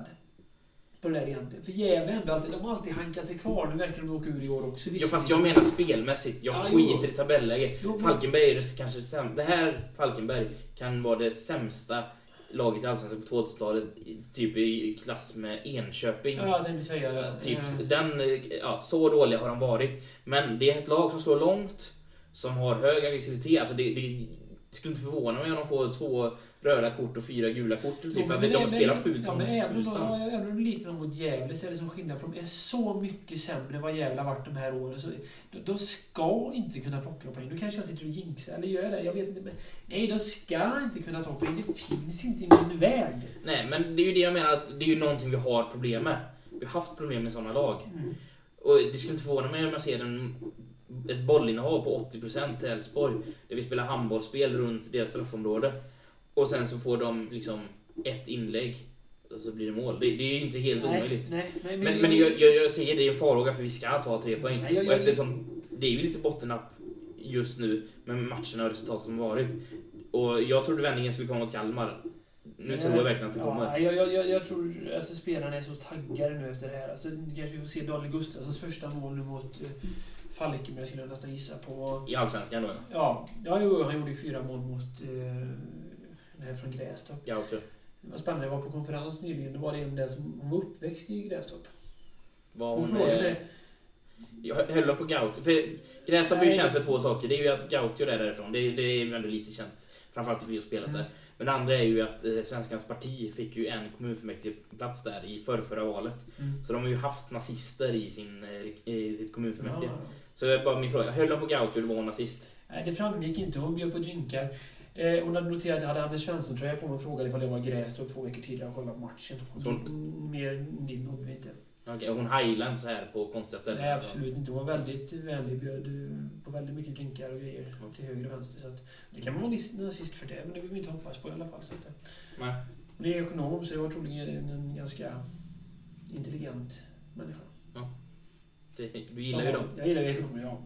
[SPEAKER 4] på det där egentligen. För Gävle ändå alltid, de har alltid hankat sig kvar. Nu verkar de åka ur i år också.
[SPEAKER 3] Ja, fast jag menar spelmässigt. Jag
[SPEAKER 4] Ja,
[SPEAKER 3] skiter
[SPEAKER 4] jo.
[SPEAKER 3] i tabelläge.
[SPEAKER 4] Jo, men-
[SPEAKER 3] Falkenberg är det kanske sämsta. Det här Falkenberg kan vara det sämsta laget i allsvenskan på tvåtusentalet, typ i klass med Enköping.
[SPEAKER 4] Ja, jag tänkte säga det.
[SPEAKER 3] Typ,
[SPEAKER 4] Eh,
[SPEAKER 3] den, ja, så dåliga har de varit. Men det är ett lag som slår långt, som har hög aggressivitet. Alltså det, det, det skulle inte förvåna mig om de får två röda kort och fyra gula kort. Typ,
[SPEAKER 4] Jo,
[SPEAKER 3] för att
[SPEAKER 4] men
[SPEAKER 3] de
[SPEAKER 4] det-
[SPEAKER 3] spelar
[SPEAKER 4] men-
[SPEAKER 3] fult
[SPEAKER 4] ja,
[SPEAKER 3] som
[SPEAKER 4] men även om
[SPEAKER 3] tusan.
[SPEAKER 4] de- även om de liknar dem mot Gävle så är det som skillnad, för de är så mycket sämre än vad Gävle har varit de här åren. Så de, de ska inte kunna plocka poäng. Nu kanske jag sitter och jinxar, eller gör jag det? Jag vet inte. Men, nej, de ska inte kunna ta poäng. Det finns inte i min värld.
[SPEAKER 3] Nej, men det är ju det jag menar, att det är ju någonting vi har problem med. Vi har haft problem med sådana lag.
[SPEAKER 4] Mm.
[SPEAKER 3] Och det skulle inte förvåna mig om jag ser en, ett bollinnehav på åttio procent i Elfsborg, där vi spelar handbollsspel runt deras straffområde. Och sen så får de liksom ett inlägg och så blir det mål. Det, det är ju inte helt omöjligt.
[SPEAKER 4] Nej, nej,
[SPEAKER 3] Men, men jag, jag, jag säger det är en farhåga, för vi ska ta tre poäng.
[SPEAKER 4] Nej, jag-
[SPEAKER 3] och
[SPEAKER 4] jag-
[SPEAKER 3] eftersom det är ju lite bottennapp just nu med matcherna och resultat som varit. Och jag trodde vändningen skulle komma mot Kalmar. Nu tror jag verkligen att det kommer.
[SPEAKER 4] Ja, jag, jag, jag, jag tror alltså, spelarna är så taggade nu efter det här. Alltså, kanske vi får se Daniel Gustafssons första mål nu mot uh, Falkenberg, skulle jag nästan gissa på.
[SPEAKER 3] I Allsvenskan då.
[SPEAKER 4] Ja, ja jo, han gjorde ju fyra mål mot uh, den här från Grästorp.
[SPEAKER 3] Ja, också.
[SPEAKER 4] Det var spännande, jag var på konferens nyligen. Då var det en där som hon var uppväxt i Grästorp.
[SPEAKER 3] Var
[SPEAKER 4] Hon
[SPEAKER 3] hon,
[SPEAKER 4] frågade
[SPEAKER 3] eh,
[SPEAKER 4] mig.
[SPEAKER 3] Jag höll upp på Gautio. För Grästorp är ju
[SPEAKER 4] Nej.
[SPEAKER 3] känt för två saker. Det är ju att Gautio är därifrån. Det, det är ju ändå lite känt. Framförallt för vi har spelat
[SPEAKER 4] Mm.
[SPEAKER 3] där. Men det andra är ju att eh, Svenskans parti fick ju en kommunfullmäktigeplats där i förrförra valet.
[SPEAKER 4] Mm.
[SPEAKER 3] Så de har ju haft nazister i, sin, eh, i sitt kommunfullmäktige.
[SPEAKER 4] Ja.
[SPEAKER 3] Så det är bara min fråga. Höll hon på Gautio eller var hon nazist?
[SPEAKER 4] Nej, det framgick inte. Hon bjöd på drinkar. Eh, hon hade noterat att jag hade Anders Svensson-tröja på mig och frågade ifall det var Grästorp två veckor tidigare och kollade på matchen.
[SPEAKER 3] Så-
[SPEAKER 4] Mm, Mer din nådde vi inte.
[SPEAKER 3] Okej, hon heilade så här på konstiga ställen.
[SPEAKER 4] Nej, absolut inte. Hon var väldigt vänlig, bjöd eh, på väldigt mycket drinkar och grejer till höger och vänster. Så att det kan man vara nazist för det, men det vill vi inte hoppas på i alla fall. Så att det.
[SPEAKER 3] Nej.
[SPEAKER 4] Hon är ekonom, så det var troligen en, en ganska intelligent människa.
[SPEAKER 3] Det, du gillar ju
[SPEAKER 4] Så-
[SPEAKER 3] dem.
[SPEAKER 4] Jag gillar ju ekonomer, ja.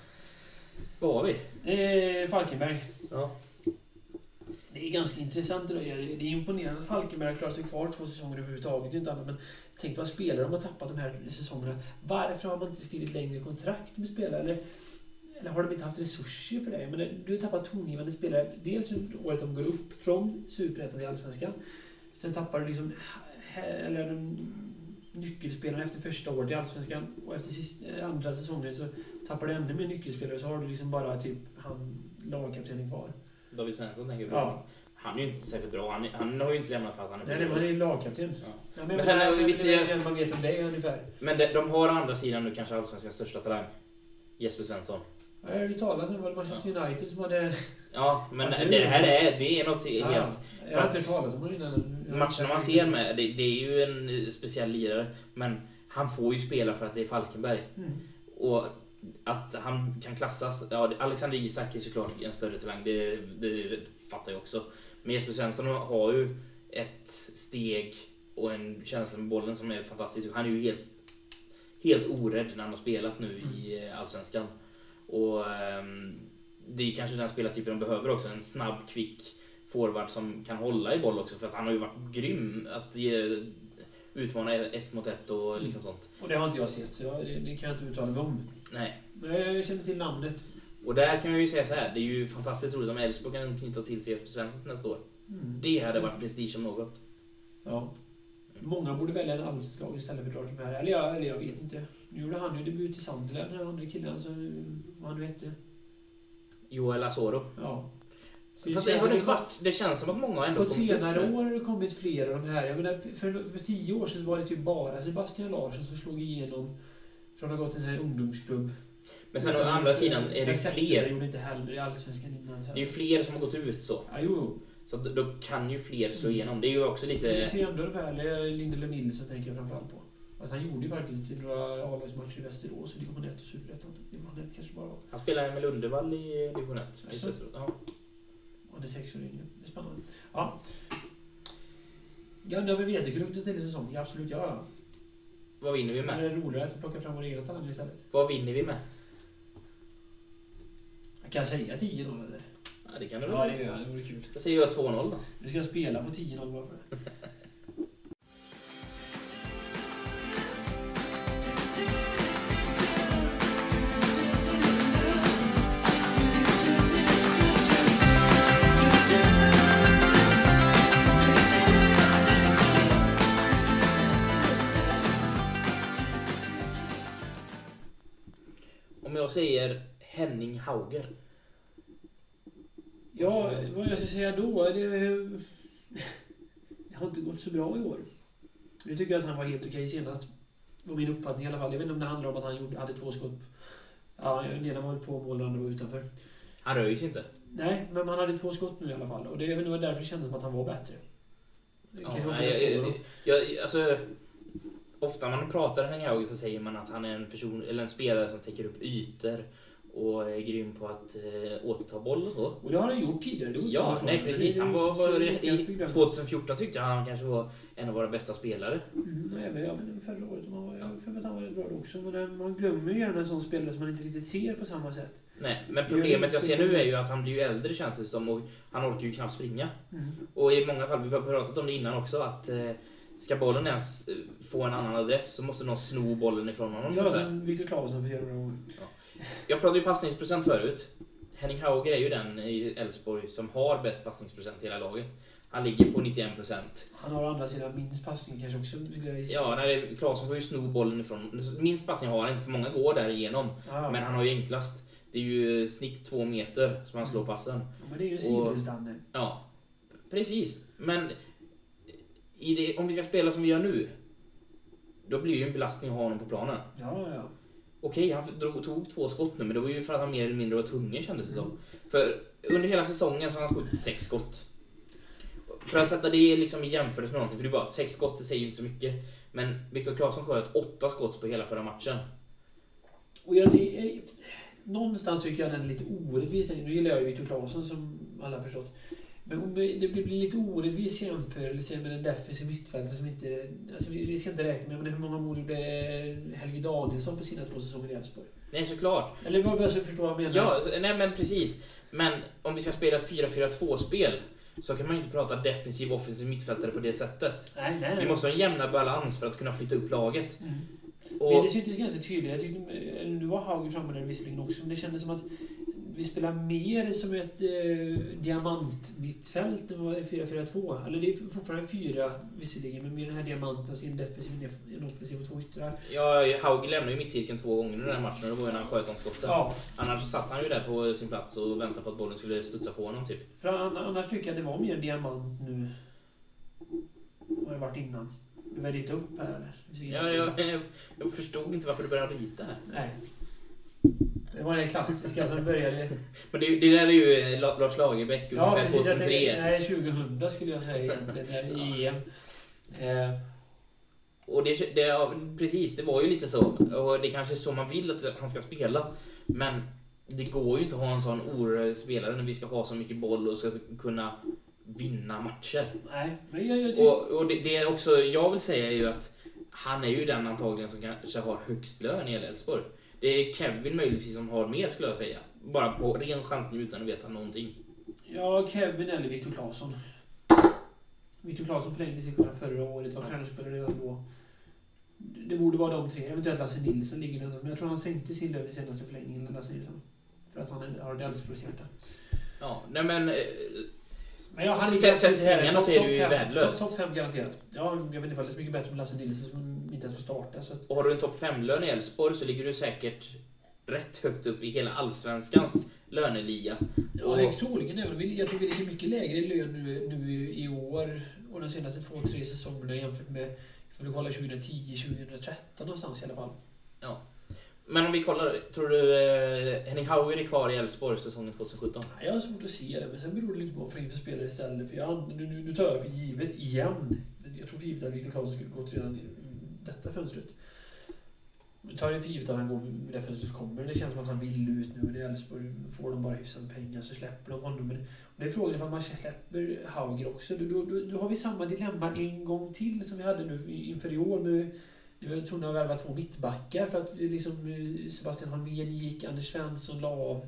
[SPEAKER 3] Vad var vi?
[SPEAKER 4] Eh, Falkenberg.
[SPEAKER 3] Ja.
[SPEAKER 4] Det är ganska intressant det där. Det är imponerande att Falkenberg har klarat sig kvar två säsonger överhuvudtaget. Det är inte annat, men tänk vad spelare de har tappat de här säsongerna. Varför har man inte skrivit längre kontrakt med spelare? Eller, eller har de inte haft resurser för det? Men du har tappat tongivande spelare. Dels året de går upp från Superettan till Allsvenskan. Sen tappar du liksom eller de nyckelspelarna efter första året i Allsvenskan. Och efter sist, andra säsongen så tappar du ännu mer nyckelspelare. Så har du liksom bara typ han lagkaptenen kvar.
[SPEAKER 3] David Svensson tänker du på.
[SPEAKER 4] Ja.
[SPEAKER 3] Han är ju inte särskilt bra. Han, är, han har ju inte lämnat för att han är
[SPEAKER 4] Nej, nej, men han är ju lagkapten.
[SPEAKER 3] Ja.
[SPEAKER 4] Ja, men,
[SPEAKER 3] Men
[SPEAKER 4] men
[SPEAKER 3] sen,
[SPEAKER 4] sen,
[SPEAKER 3] eh, visst
[SPEAKER 4] det
[SPEAKER 3] är-
[SPEAKER 4] är man vet om det är ungefär.
[SPEAKER 3] Men de, de har å andra sidan nu kanske Allsvenskans största talang. Jesper Svensson.
[SPEAKER 4] Jag hörde talas om Manchester United som hade...
[SPEAKER 3] Ja, men
[SPEAKER 4] Ja,
[SPEAKER 3] det,
[SPEAKER 4] det är-
[SPEAKER 3] här är, det är något helt...
[SPEAKER 4] Ja, jag har
[SPEAKER 3] att-
[SPEAKER 4] inte hört talas om det innan.
[SPEAKER 3] Matcherna man ser med, det, det är ju en speciell lirare. Men han får ju spela för att det är Falkenberg.
[SPEAKER 4] Mm.
[SPEAKER 3] Och att han kan klassas... Ja, Alexander Isak är såklart en större talang. Det, det fattar jag också. Men Jesper Svensson har ju ett steg och en känsla med bollen som är fantastisk. Han är ju helt, helt orädd när han har spelat nu i Allsvenskan. Och um, det är kanske den spelartypen de behöver också. En snabb, kvick forward som kan hålla i boll också. För att han har ju varit grym att ge, utmana ett mot ett och liksom sånt.
[SPEAKER 4] Och det har inte jag sett, så jag, det, det kan jag inte uttala mig om.
[SPEAKER 3] Nej.
[SPEAKER 4] Men jag känner till namnet.
[SPEAKER 3] Och där kan jag ju säga så här. Det är ju fantastiskt roligt om Elfsborg kan knyta till sig Jesper Svensson nästa år.
[SPEAKER 4] Mm.
[SPEAKER 3] Det hade varit prestige om något.
[SPEAKER 4] Ja. Många borde välja en allsvensk istället för att dra här. Eller jag, eller jag vet inte. Nu gjorde han ju debut i Sunderland, den andra killen, alltså, vad han nu hette.
[SPEAKER 3] Joel Asoro.
[SPEAKER 4] Ja. Så
[SPEAKER 3] Fast
[SPEAKER 4] det,
[SPEAKER 3] det har
[SPEAKER 4] känns,
[SPEAKER 3] det inte varit. Det känns som att många ändå
[SPEAKER 4] på
[SPEAKER 3] kommit upp
[SPEAKER 4] senare
[SPEAKER 3] nu.
[SPEAKER 4] år har det kommit flera av de här. Jag menar, för, för, för tio år sedan var det typ bara Sebastian Larsson som slog igenom från att ha gått till en sån här ungdomsklubb.
[SPEAKER 3] Men sen å andra sidan är det fler.
[SPEAKER 4] Jag gjorde inte heller i Allsvenskan innan. Så
[SPEAKER 3] Det är ju fler som har gått ut så.
[SPEAKER 4] Ja, jo.
[SPEAKER 3] Så att då kan ju fler slå igenom. Det är ju också lite...
[SPEAKER 4] Jag ser ändå de här, Lindelöf Nilsson tänker jag framförallt på. Alltså han gjorde ju faktiskt några A-lagsmatcher i Västerås och division ett och Superettan. Division ett kanske bara var.
[SPEAKER 3] Han spelar med Lundevall i division ett.
[SPEAKER 4] Alltså.
[SPEAKER 3] Ja.
[SPEAKER 4] Han är sex år yngre. Det är spännande. Ja. Ja, det har vi vetekrukt till säsong. Ja, absolut, ja.
[SPEAKER 3] Vad vinner vi
[SPEAKER 4] Men
[SPEAKER 3] med?
[SPEAKER 4] det är roligare att plocka fram våra egna talanger istället.
[SPEAKER 3] Vad vinner vi med?
[SPEAKER 4] Jag kan säga tio noll eller?
[SPEAKER 3] Ja, det kan du väl
[SPEAKER 4] Ja,
[SPEAKER 3] säga.
[SPEAKER 4] det gör jag. Det vore kul.
[SPEAKER 3] Jag säger jag två noll då.
[SPEAKER 4] Nu ska jag spela på tio noll bara för det.
[SPEAKER 3] Om jag säger Henning Hauger.
[SPEAKER 4] Ja, vad jag ska säga då? Det, det har inte gått så bra i år. Jag tycker att han var helt okej senast. Var min uppfattning i alla fall. Jag vet inte om det handlar om att han gjorde, hade två skott. Ja, en del var på mål och andra var utanför.
[SPEAKER 3] Han rör ju sig inte.
[SPEAKER 4] Nej, men han hade två skott nu i alla fall. Och det, jag vet inte, det var därför det kändes som att han var bättre. Det
[SPEAKER 3] Ja,
[SPEAKER 4] kanske var
[SPEAKER 3] nej,
[SPEAKER 4] för
[SPEAKER 3] jag,
[SPEAKER 4] så
[SPEAKER 3] jag, jag, alltså, ofta när man pratar Henning Hauger så säger man att han är en person eller en spelare som täcker upp ytor och är grym på att eh, återta boll och så.
[SPEAKER 4] Och det har han gjort tidigare. Det
[SPEAKER 3] Ja,
[SPEAKER 4] ifrån.
[SPEAKER 3] nej precis. Han var, var i
[SPEAKER 4] två
[SPEAKER 3] tjugohundrafjorton tyckte jag han kanske var en av våra bästa spelare.
[SPEAKER 4] Mm, nej, men, ja, men förra året man var, jag för att han var rätt bra då också. Men det, man glömmer ju gärna en sån spelare som man inte riktigt ser på samma sätt.
[SPEAKER 3] Nej, men problemet jag ser nu är ju att han blir ju äldre känns det som och han orkar ju knappt springa.
[SPEAKER 4] Mm.
[SPEAKER 3] Och i många fall, vi har pratat om det innan också, att eh, ska bollen ens få en annan adress så måste någon sno bollen ifrån honom.
[SPEAKER 4] Ja, som Viktor Claesson får göra några gånger.
[SPEAKER 3] Ja. Jag pratade ju passningsprocent förut. Henning Hauger är ju den i Elfsborg som har bäst passningsprocent i hela laget. Han ligger på nittioen procent.
[SPEAKER 4] Han har å andra sidan minst passning kanske också. Jag
[SPEAKER 3] ja, nej, Claesson får ju sno bollen ifrån. Minst passning har han inte, för många går där igenom.
[SPEAKER 4] Ja.
[SPEAKER 3] Men han har ju enklast. Det är ju snitt två meter som han slår passen.
[SPEAKER 4] Ja, men det är ju sidledsdanne.
[SPEAKER 3] Ja, precis. Men i det, om vi ska spela som vi gör nu, då blir det ju en belastning att ha honom på planen.
[SPEAKER 4] Ja, ja.
[SPEAKER 3] Okej, han drog, tog två skott nu, men det var ju för att han mer eller mindre var tvungen, kändes det som. För under hela säsongen så har han skjutit sex skott. För att sätta det liksom i jämförelse med någonting, för det är bara sex skott, det säger ju inte så mycket. Men Viktor Claesson sköt åtta skott på hela förra matchen.
[SPEAKER 4] Och jag, jag, någonstans tycker jag den är lite orättvis. Nu gillar jag ju Viktor Claesson som alla har förstått. Men det blir lite orättvis jämförelse med den defensiva mittfältaren som inte... Alltså vi, vi ska inte räkna med, men hur många mål gjorde Helge Danielsson på sina två säsonger i Elfsborg?
[SPEAKER 3] Nej, såklart.
[SPEAKER 4] Eller bara så förstå vad jag menar.
[SPEAKER 3] Ja, nej men precis. Men om vi ska spela ett fyra fyra två-spel så kan man ju inte prata defensiv och offensiv mittfältare på det sättet.
[SPEAKER 4] Nej, nej, nej.
[SPEAKER 3] Vi måste ha en jämna balans för att kunna flytta upp laget.
[SPEAKER 4] Mm.
[SPEAKER 3] Och
[SPEAKER 4] Men det syntes ganska tydligt. Jag tyckte, nu var Hauger framme där visserligen också, men det kändes som att vi spelar mer som ett eh, diamantmittfält än vad det är fyra fyra två. Eller det är fortfarande fyra visserligen, men med den här diamanten, så en defensiv, en offensiv och två yttrar.
[SPEAKER 3] ja, Hauger lämnade ju mittcirkeln två gånger i den här matchen och det var ju när han sköt om skotten.
[SPEAKER 4] Ja.
[SPEAKER 3] Annars satt han ju där på sin plats och väntade på att bollen skulle studsa på honom typ.
[SPEAKER 4] För annars tycker jag att det var mer diamant nu vad det varit innan. Du vill rita upp här.
[SPEAKER 3] Ja, jag, jag, jag förstod inte varför du började rita här.
[SPEAKER 4] Nej. Det var det klassiska som började...
[SPEAKER 3] Men det, det där är ju Lars Lagerbäck
[SPEAKER 4] Ja,
[SPEAKER 3] ungefär
[SPEAKER 4] precis,
[SPEAKER 3] tjugohundratre.
[SPEAKER 4] nej, tjugohundra skulle jag säga egentligen, där i E M. Eh.
[SPEAKER 3] Och det, det, ja, precis, det var ju lite så. Och det kanske är så man vill att han ska spela. Men det går ju inte att ha en sån orörd spelare när vi ska ha så mycket boll och ska kunna vinna matcher.
[SPEAKER 4] Nej, men jag, jag tycker...
[SPEAKER 3] Och, och det, det är också, jag vill säga är ju att han är ju den antagligen som kanske har högst lön i Elfsborg. Det är Kevin möjligtvis som har mer, skulle jag säga. Bara på ren chansning utan att veta någonting.
[SPEAKER 4] Ja, Kevin eller Viktor Claesson. Viktor Claesson förlängde sig förra året, var stjärnspelare redan då. Det borde vara de tre. Eventuellt Lasse Nilsson ligger där. Men jag tror han sänkte sin lön i senaste förlängningen, Lasse Nilsson. För att han har ett Elfsborgshjärta.
[SPEAKER 3] Ja, nej men...
[SPEAKER 4] Men ja, han
[SPEAKER 3] Sett till pengarna så är det ju värdelöst.
[SPEAKER 4] Topp fem garanterat. Ja, jag vet inte ifall det är så mycket bättre med Lasse Nilsson som inte ens får starta. Så att...
[SPEAKER 3] Och har du en topp fem-lön i Elfsborg så ligger du säkert rätt högt upp i hela allsvenskans löneliga.
[SPEAKER 4] Ja, högst troligen. Jag tror vi ligger mycket lägre i lön nu, nu i år och de senaste två, tre säsongerna jämfört med, för du kollar tjugohundratio tjugohundratretton någonstans i alla fall.
[SPEAKER 3] Ja. Men om vi kollar, tror du eh, Henning Hauger är kvar i Elfsborg säsongen tjugosjutton?
[SPEAKER 4] Jag har svårt att se det, men sen beror det lite på vad för inför spelare istället. För jag, nu, nu, nu tar jag för givet igen. Jag tror för givet att Viktor Claesson skulle gått redan i detta fönstret. Nu tar jag för givet att han går med det fönstret kommer. Det känns som att han vill ut nu. Det är Elfsborg, får de bara hyfsade pengar så släpper de honom. Men det är frågan ifall man släpper Hauger också. Då, då, då, då har vi samma dilemma en gång till som vi hade nu inför i år med. Nu var tvungna att värva två mittbackar för att liksom Sebastian Holmén gick, Anders Svensson la av.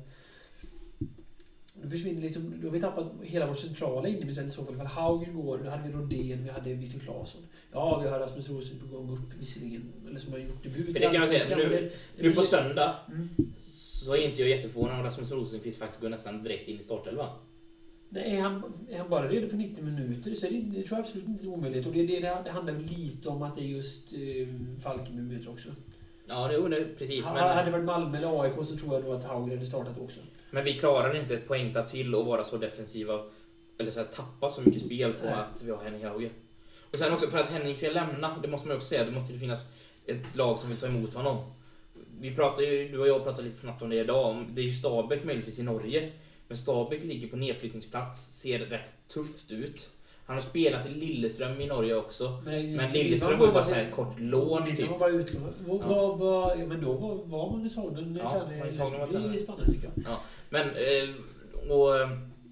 [SPEAKER 4] Då försvinner liksom, då har vi tappat hela vårt centrala innermittfält i så fall. Ifall Hauger går, då hade vi Rodén, vi hade Viktor Claesson. Ja, vi har Rasmus Rosen på gång upp visserligen, eller som har gjort debut.
[SPEAKER 3] Det kan man säga, nu, det, det nu på söndag
[SPEAKER 4] mm.
[SPEAKER 3] så är inte jag jätteförvånad om Rasmus Rosenqvist faktiskt går nästan direkt in i startelvan.
[SPEAKER 4] Nej, är han, är han bara redo för nittio minuter så är det, det tror jag absolut inte är omöjligt. Och det, det, det handlar lite om att det är just eh, Falkenberg möter också.
[SPEAKER 3] Ja, det är det, precis.
[SPEAKER 4] Ha,
[SPEAKER 3] men,
[SPEAKER 4] hade det varit Malmö eller A I K så tror jag nog att Hauger hade startat också.
[SPEAKER 3] Men vi klarar inte ett poängtapp till att vara så defensiva eller så här, tappa så mycket spel på Nej. Att vi har Henning Hauger. Och sen också för att Henning ska lämna, det måste man också säga, det måste det finnas ett lag som vill ta emot honom. Vi pratar ju, du och jag pratar lite snabbt om det idag, det är ju Stabæk möjligtvis i Norge. Men Stabæk ligger på nedflyttningsplats, ser rätt tufft ut. Han har spelat i Lillestrøm i Norge också. Men, men Lillestrøm var bara så här kort lån typ.
[SPEAKER 4] Var bara utlån. Var, ja. var, var, ja, men då var, var man i Sagnen.
[SPEAKER 3] Ja,
[SPEAKER 4] det är spännande tycker jag.
[SPEAKER 3] Ja. Men och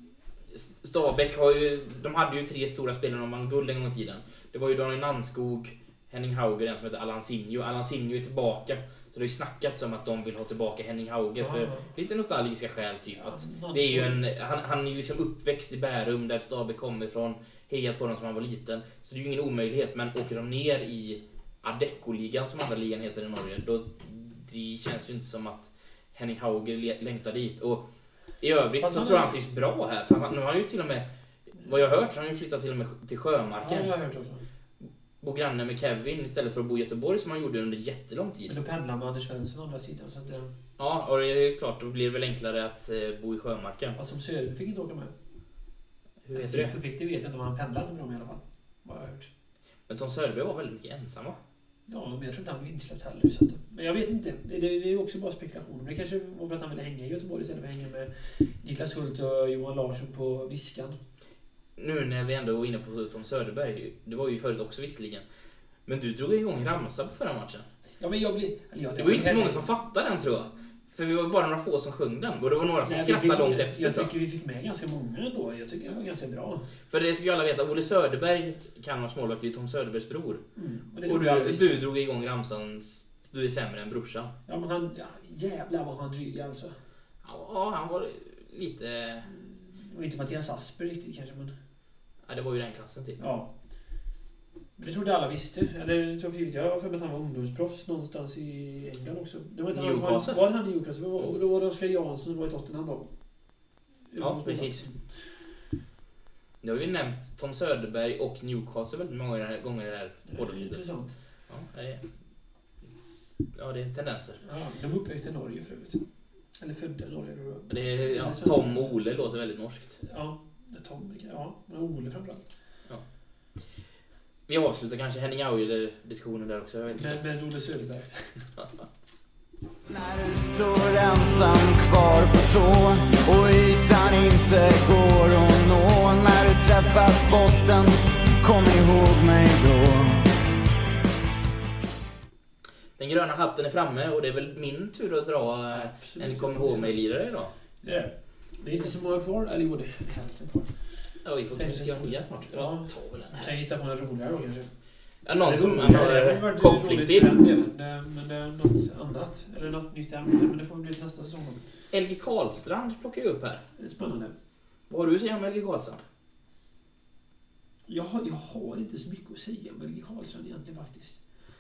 [SPEAKER 3] Stabæk har ju, de hade ju tre stora spelare om man guld en gång i tiden. Det var ju Daniel Nannskog, Henning Hauger, en som heter Allan Sinjo. Allan Sinjo är tillbaka. Så det har ju snackats om att de vill ha tillbaka Henning Hauger för ja. Lite nostalgiska skäl typ ja, att det är ju en han, han är ju liksom uppväxt i Bärum där Stabæk kommer ifrån, hejat på dem som han var liten. Så det är ju ingen omöjlighet, men åker de ner i Adecco-ligan som andra ligan heter i Norge, då det känns ju inte som att Henning Hauger längtar dit. Och i övrigt Fast så han tror jag han trivs bra här, för han, nu har han ju till och med, vad jag har hört så har han ju flyttat till och med till Sjömarken.
[SPEAKER 4] Ja, jag har hört också.
[SPEAKER 3] Bo granne med Kevin istället för att bo i Göteborg som han gjorde under jättelång tid.
[SPEAKER 4] Men då pendlar med Anders Svensson å andra sidan. Så att det...
[SPEAKER 3] Ja, och det är klart, då blir det väl enklare att eh, bo i Sjömarken.
[SPEAKER 4] Fast som Söder fick inte åka med.
[SPEAKER 3] Hur vet
[SPEAKER 4] du det? Fick det vet jag inte om han pendlade med dem i alla fall. Vad jag har hört.
[SPEAKER 3] Men Tom Söderberg var väldigt mycket ensamma.
[SPEAKER 4] Ja, men jag tror inte han blev insläppt heller. Så att, men jag vet inte. Det, det, det är också bara spekulation. Det kanske var för att han ville hänga i Göteborg istället för att hänga med Niklas Hult och Johan Larsson på Viskan.
[SPEAKER 3] Nu när vi ändå var inne på Tom Söderberg, det var ju förut också visserligen. Men du drog igång ramsa på förra matchen.
[SPEAKER 4] Ja, men jag blir... Eller ja,
[SPEAKER 3] det, det var ju inte så många som fattade den, tror jag. För vi var bara några få som sjöng den. Och det var några som Nej, skrattade långt efter.
[SPEAKER 4] Jag tycker vi fick med ganska många ändå. Jag tycker det var ganska bra.
[SPEAKER 3] För det ska ju alla veta. Olle Söderberg kan vara smålagt. Det är Tom Söderbergs bror. Mm. Och, och du, du drog igång ramsan. Du är sämre än brorsan.
[SPEAKER 4] Ja, men han... Ja, jävlar vad han dryg alltså.
[SPEAKER 3] Ja, han var lite...
[SPEAKER 4] Det var inte Mattias Asper riktigt kanske, men...
[SPEAKER 3] Ja, det var ju den klassen typ.
[SPEAKER 4] Ja. Det trodde alla visste. Eller tror jag, jag var för mig att han var ungdomsproffs någonstans i England också. Det var inte han som var, var han i Newcastle. Var, då var det Oskar Jansson som var i Tottenham då.
[SPEAKER 3] Ja, precis. Nu har vi nämnt Tom Söderberg och Newcastle väldigt många gånger i det här poddavsnittet.
[SPEAKER 4] Intressant.
[SPEAKER 3] Ja, det är, ja, det är tendenser.
[SPEAKER 4] Ja, de uppväxte i Norge förut. Eller födda i Norge. Då.
[SPEAKER 3] Det är, ja, Tom och Ole låter väldigt norskt.
[SPEAKER 4] Ja, Tom, ja, men Ole framförallt.
[SPEAKER 3] Ja. Vi avslutar kanske Henning Hauger-diskussionen där också. Jag vet
[SPEAKER 4] inte. Med, med Olle Söderberg.
[SPEAKER 1] När du står ensam kvar på tå och ytan inte går att nå. När du träffat botten, kom ihåg mig då.
[SPEAKER 3] Den gröna hatten är framme och det är väl min tur att dra absolut, en kom ihåg mig-lirare idag.
[SPEAKER 4] Det är det. Det är inte så många kvar, eller jo det är hälften kvar.
[SPEAKER 3] Ja, vi får kanske ska nya snart.
[SPEAKER 4] Ja, ta väl den här. Kan jag hitta på några roligare då kanske?
[SPEAKER 3] Ja, någon som man har koppling till.
[SPEAKER 4] Men det är något annat. Eller något nytt ämne. Men det får bli nästa säsong.
[SPEAKER 3] L G Karlstrand plockar jag upp här.
[SPEAKER 4] Det är spännande.
[SPEAKER 3] Vad har du att säga om L G Karlstrand?
[SPEAKER 4] Jag har, jag har inte så mycket att säga om L G Karlstrand egentligen faktiskt.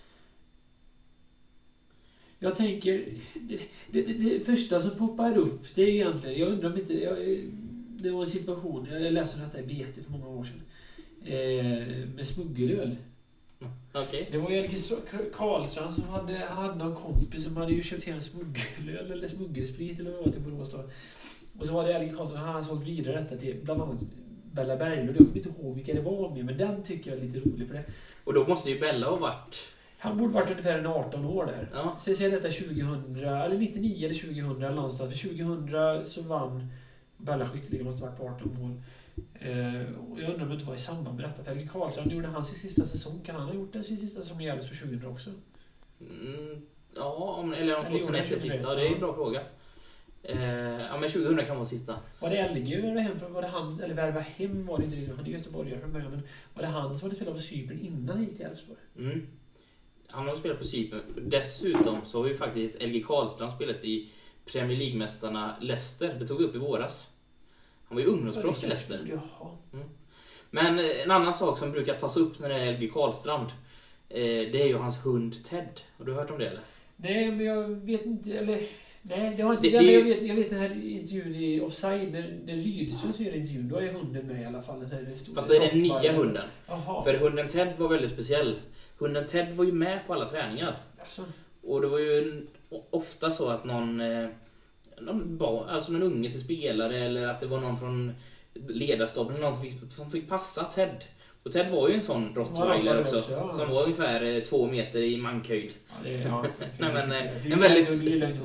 [SPEAKER 4] Jag tänker... Det, det, det, det första som poppar upp, det är egentligen... Jag undrar om inte... Jag, det var en situation... Jag läste detta i B T för många år sedan. Eh, med smuggelöl.
[SPEAKER 3] Okay.
[SPEAKER 4] Det var ju Elke Karlstrand som hade, han hade någon kompis som hade ju köpt hem smuggelöl eller smuggelsprit eller vad det var till Borås då. Och så var det Elke Karlstrand, han hade sålt vidare detta till bland annat Bella Berglund. Jag kommer inte ihåg vilka det var med, men den tycker jag är lite rolig för det.
[SPEAKER 3] Och då måste ju Bella ha varit...
[SPEAKER 4] Han borde varit ungefär en arton år där.
[SPEAKER 3] Ja.
[SPEAKER 4] Så jag säger detta tjugohundra, eller nittionio eller tjugohundra eller någonstans. För tjugohundra så vann Bella skytteligan, måste ha varit på arton mål. Eh, och jag undrar om det inte var i samband med detta. För Elke Karlstrand gjorde han sin sista säsong. Kan han ha gjort den sin sista säsong i Elfsborg tjugohundra också?
[SPEAKER 3] Mm, ja, om, eller om tjugohundraett är sista. Det är en bra fråga. Eh, ja, men tjugohundra kan vara sista. Var det
[SPEAKER 4] L G värva hem från, var det han, eller värva hem var det inte riktigt, han är göteborgare från början, men var det han som hade spelat på Cypern innan han gick till Elfsborg?
[SPEAKER 3] Mm. Han har spelat på Cypern. Dessutom så har ju faktiskt L G Karlstrand spelat i Premier League-mästarna Leicester. Det tog upp i våras. Han var ju ungdomsproffs i Leicester. Mm. Men en annan sak som brukar tas upp när det är L G Karlstrand, eh, det är ju hans hund Ted. Har du hört om det eller?
[SPEAKER 4] Nej, men jag vet inte, eller... Nej, det har inte...
[SPEAKER 3] Det,
[SPEAKER 4] det,
[SPEAKER 3] det,
[SPEAKER 4] jag, vet, jag vet den här intervjun i Offside, när, när Rydström så gör intervjun, då är hunden med i alla fall. Så är det stor,
[SPEAKER 3] fast det är den nya hunden.
[SPEAKER 4] Aha.
[SPEAKER 3] För hunden Ted var väldigt speciell. Hunden Ted var ju med på alla träningar.
[SPEAKER 4] Alltså.
[SPEAKER 3] Och det var ju ofta så att någon, eh, någon, bar, alltså någon unge till spelare eller att det var någon från ledarstaben eller någon som fick, som fick passa Ted. Och Ted var ju en sån rottweiler ja, också, också ja. Som var ungefär eh, två meter i mankhöjd.
[SPEAKER 4] Ja, det är, ja,
[SPEAKER 3] Nej, men, eh, en väldigt...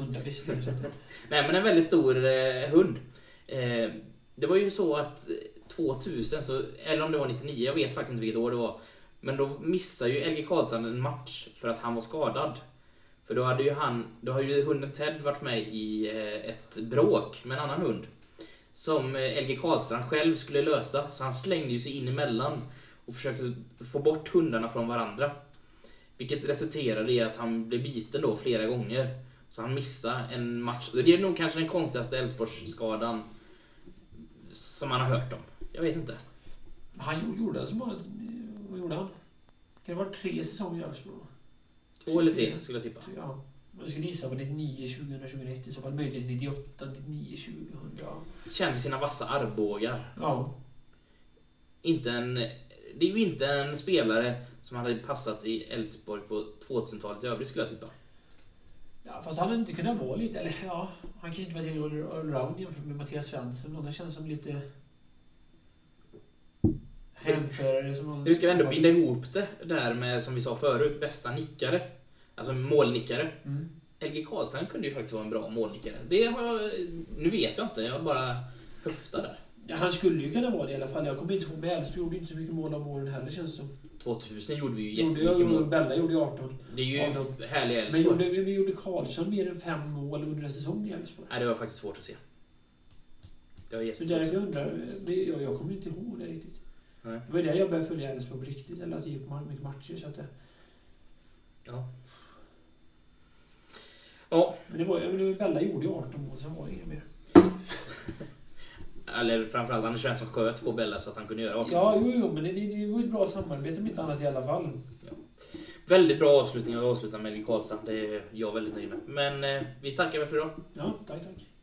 [SPEAKER 3] Nej, men en väldigt stor eh, hund. Eh, det var ju så att tvåtusen, så, eller om det var nittionio, jag vet faktiskt inte vilket år det var. Men då missade ju L G Karlstrand en match för att han var skadad. För då hade ju han, då har ju hunden Ted varit med i eh, ett bråk med en annan hund. Som L G Karlstrand själv skulle lösa. Så han slängde ju sig in emellan och försökte få bort hundarna från varandra. Vilket resulterade i att han blev biten då flera gånger. Så han missade en match. Det är nog kanske den konstigaste Elfsborgsskadan som man har hört om. Jag vet inte.
[SPEAKER 4] Han gjorde alltså bara... Vad gjorde han? Det var tre säsonger i Elfsborg.
[SPEAKER 3] Två eller tre skulle jag tippa.
[SPEAKER 4] Ja. Man skulle gissa på nittionio, tjugohundra, tjugohundraett, i så fall möjligtvis nittioåtta, nittionio, tjugohundra. Ja.
[SPEAKER 3] Kände sina vassa armbågar.
[SPEAKER 4] Ja.
[SPEAKER 3] Inte en, det är ju inte en spelare som hade passat i Elfsborg på tvåtusentalet i övrigt skulle jag tippa.
[SPEAKER 4] Ja, fast han hade inte kunnat vara lite, eller ja, han kanske inte var till allround jämfört med Mattias Svensson. Det känns som lite hemförare som någon...
[SPEAKER 3] Nu ska vi ändå binda ihop det där med, som vi sa förut, bästa nickare. Alltså målnickare.
[SPEAKER 4] Mm.
[SPEAKER 3] L G Karlstrand kunde ju faktiskt vara en bra målnickare. Det har jag, nu vet jag inte, jag bara höftar där.
[SPEAKER 4] Ja, han skulle ju kunna vara det i alla fall. Jag kommer inte ihåg med Elfsborg, gjorde inte så mycket mål av åren heller, känns det som.
[SPEAKER 3] tvåtusen gjorde vi ju
[SPEAKER 4] gjorde
[SPEAKER 3] jättemycket
[SPEAKER 4] jag,
[SPEAKER 3] mål.
[SPEAKER 4] Bella gjorde ju arton.
[SPEAKER 3] Det är ju härlig Elfsborg.
[SPEAKER 4] Men gjorde, vi gjorde Karlsson mer än fem mål under en säsong i Elfsborg?
[SPEAKER 3] Nej, det var faktiskt svårt att se. Det var jättesvårt.
[SPEAKER 4] Så därför jag undrar, jag, jag kommer inte ihåg det riktigt.
[SPEAKER 3] Nej.
[SPEAKER 4] Det var där jag började följa Elfsborg på riktigt, eller alltså gick på mycket matcher så att det...
[SPEAKER 3] Ja. Ja.
[SPEAKER 4] Men det var ju, Bella gjorde ju arton mål, sen var det inga mer.
[SPEAKER 3] Eller framförallt Anders Svensson sköt på Bella så att han kunde göra arton.
[SPEAKER 4] Ja, jo, jo, men det, det var ett bra samarbete om inte annat i alla fall.
[SPEAKER 3] Ja. Väldigt bra avslutning, och avsluta med L G Karlstrand. Det är jag väldigt nöjd med. Men eh, vi tackar väl för idag.
[SPEAKER 4] Ja, tack, tack.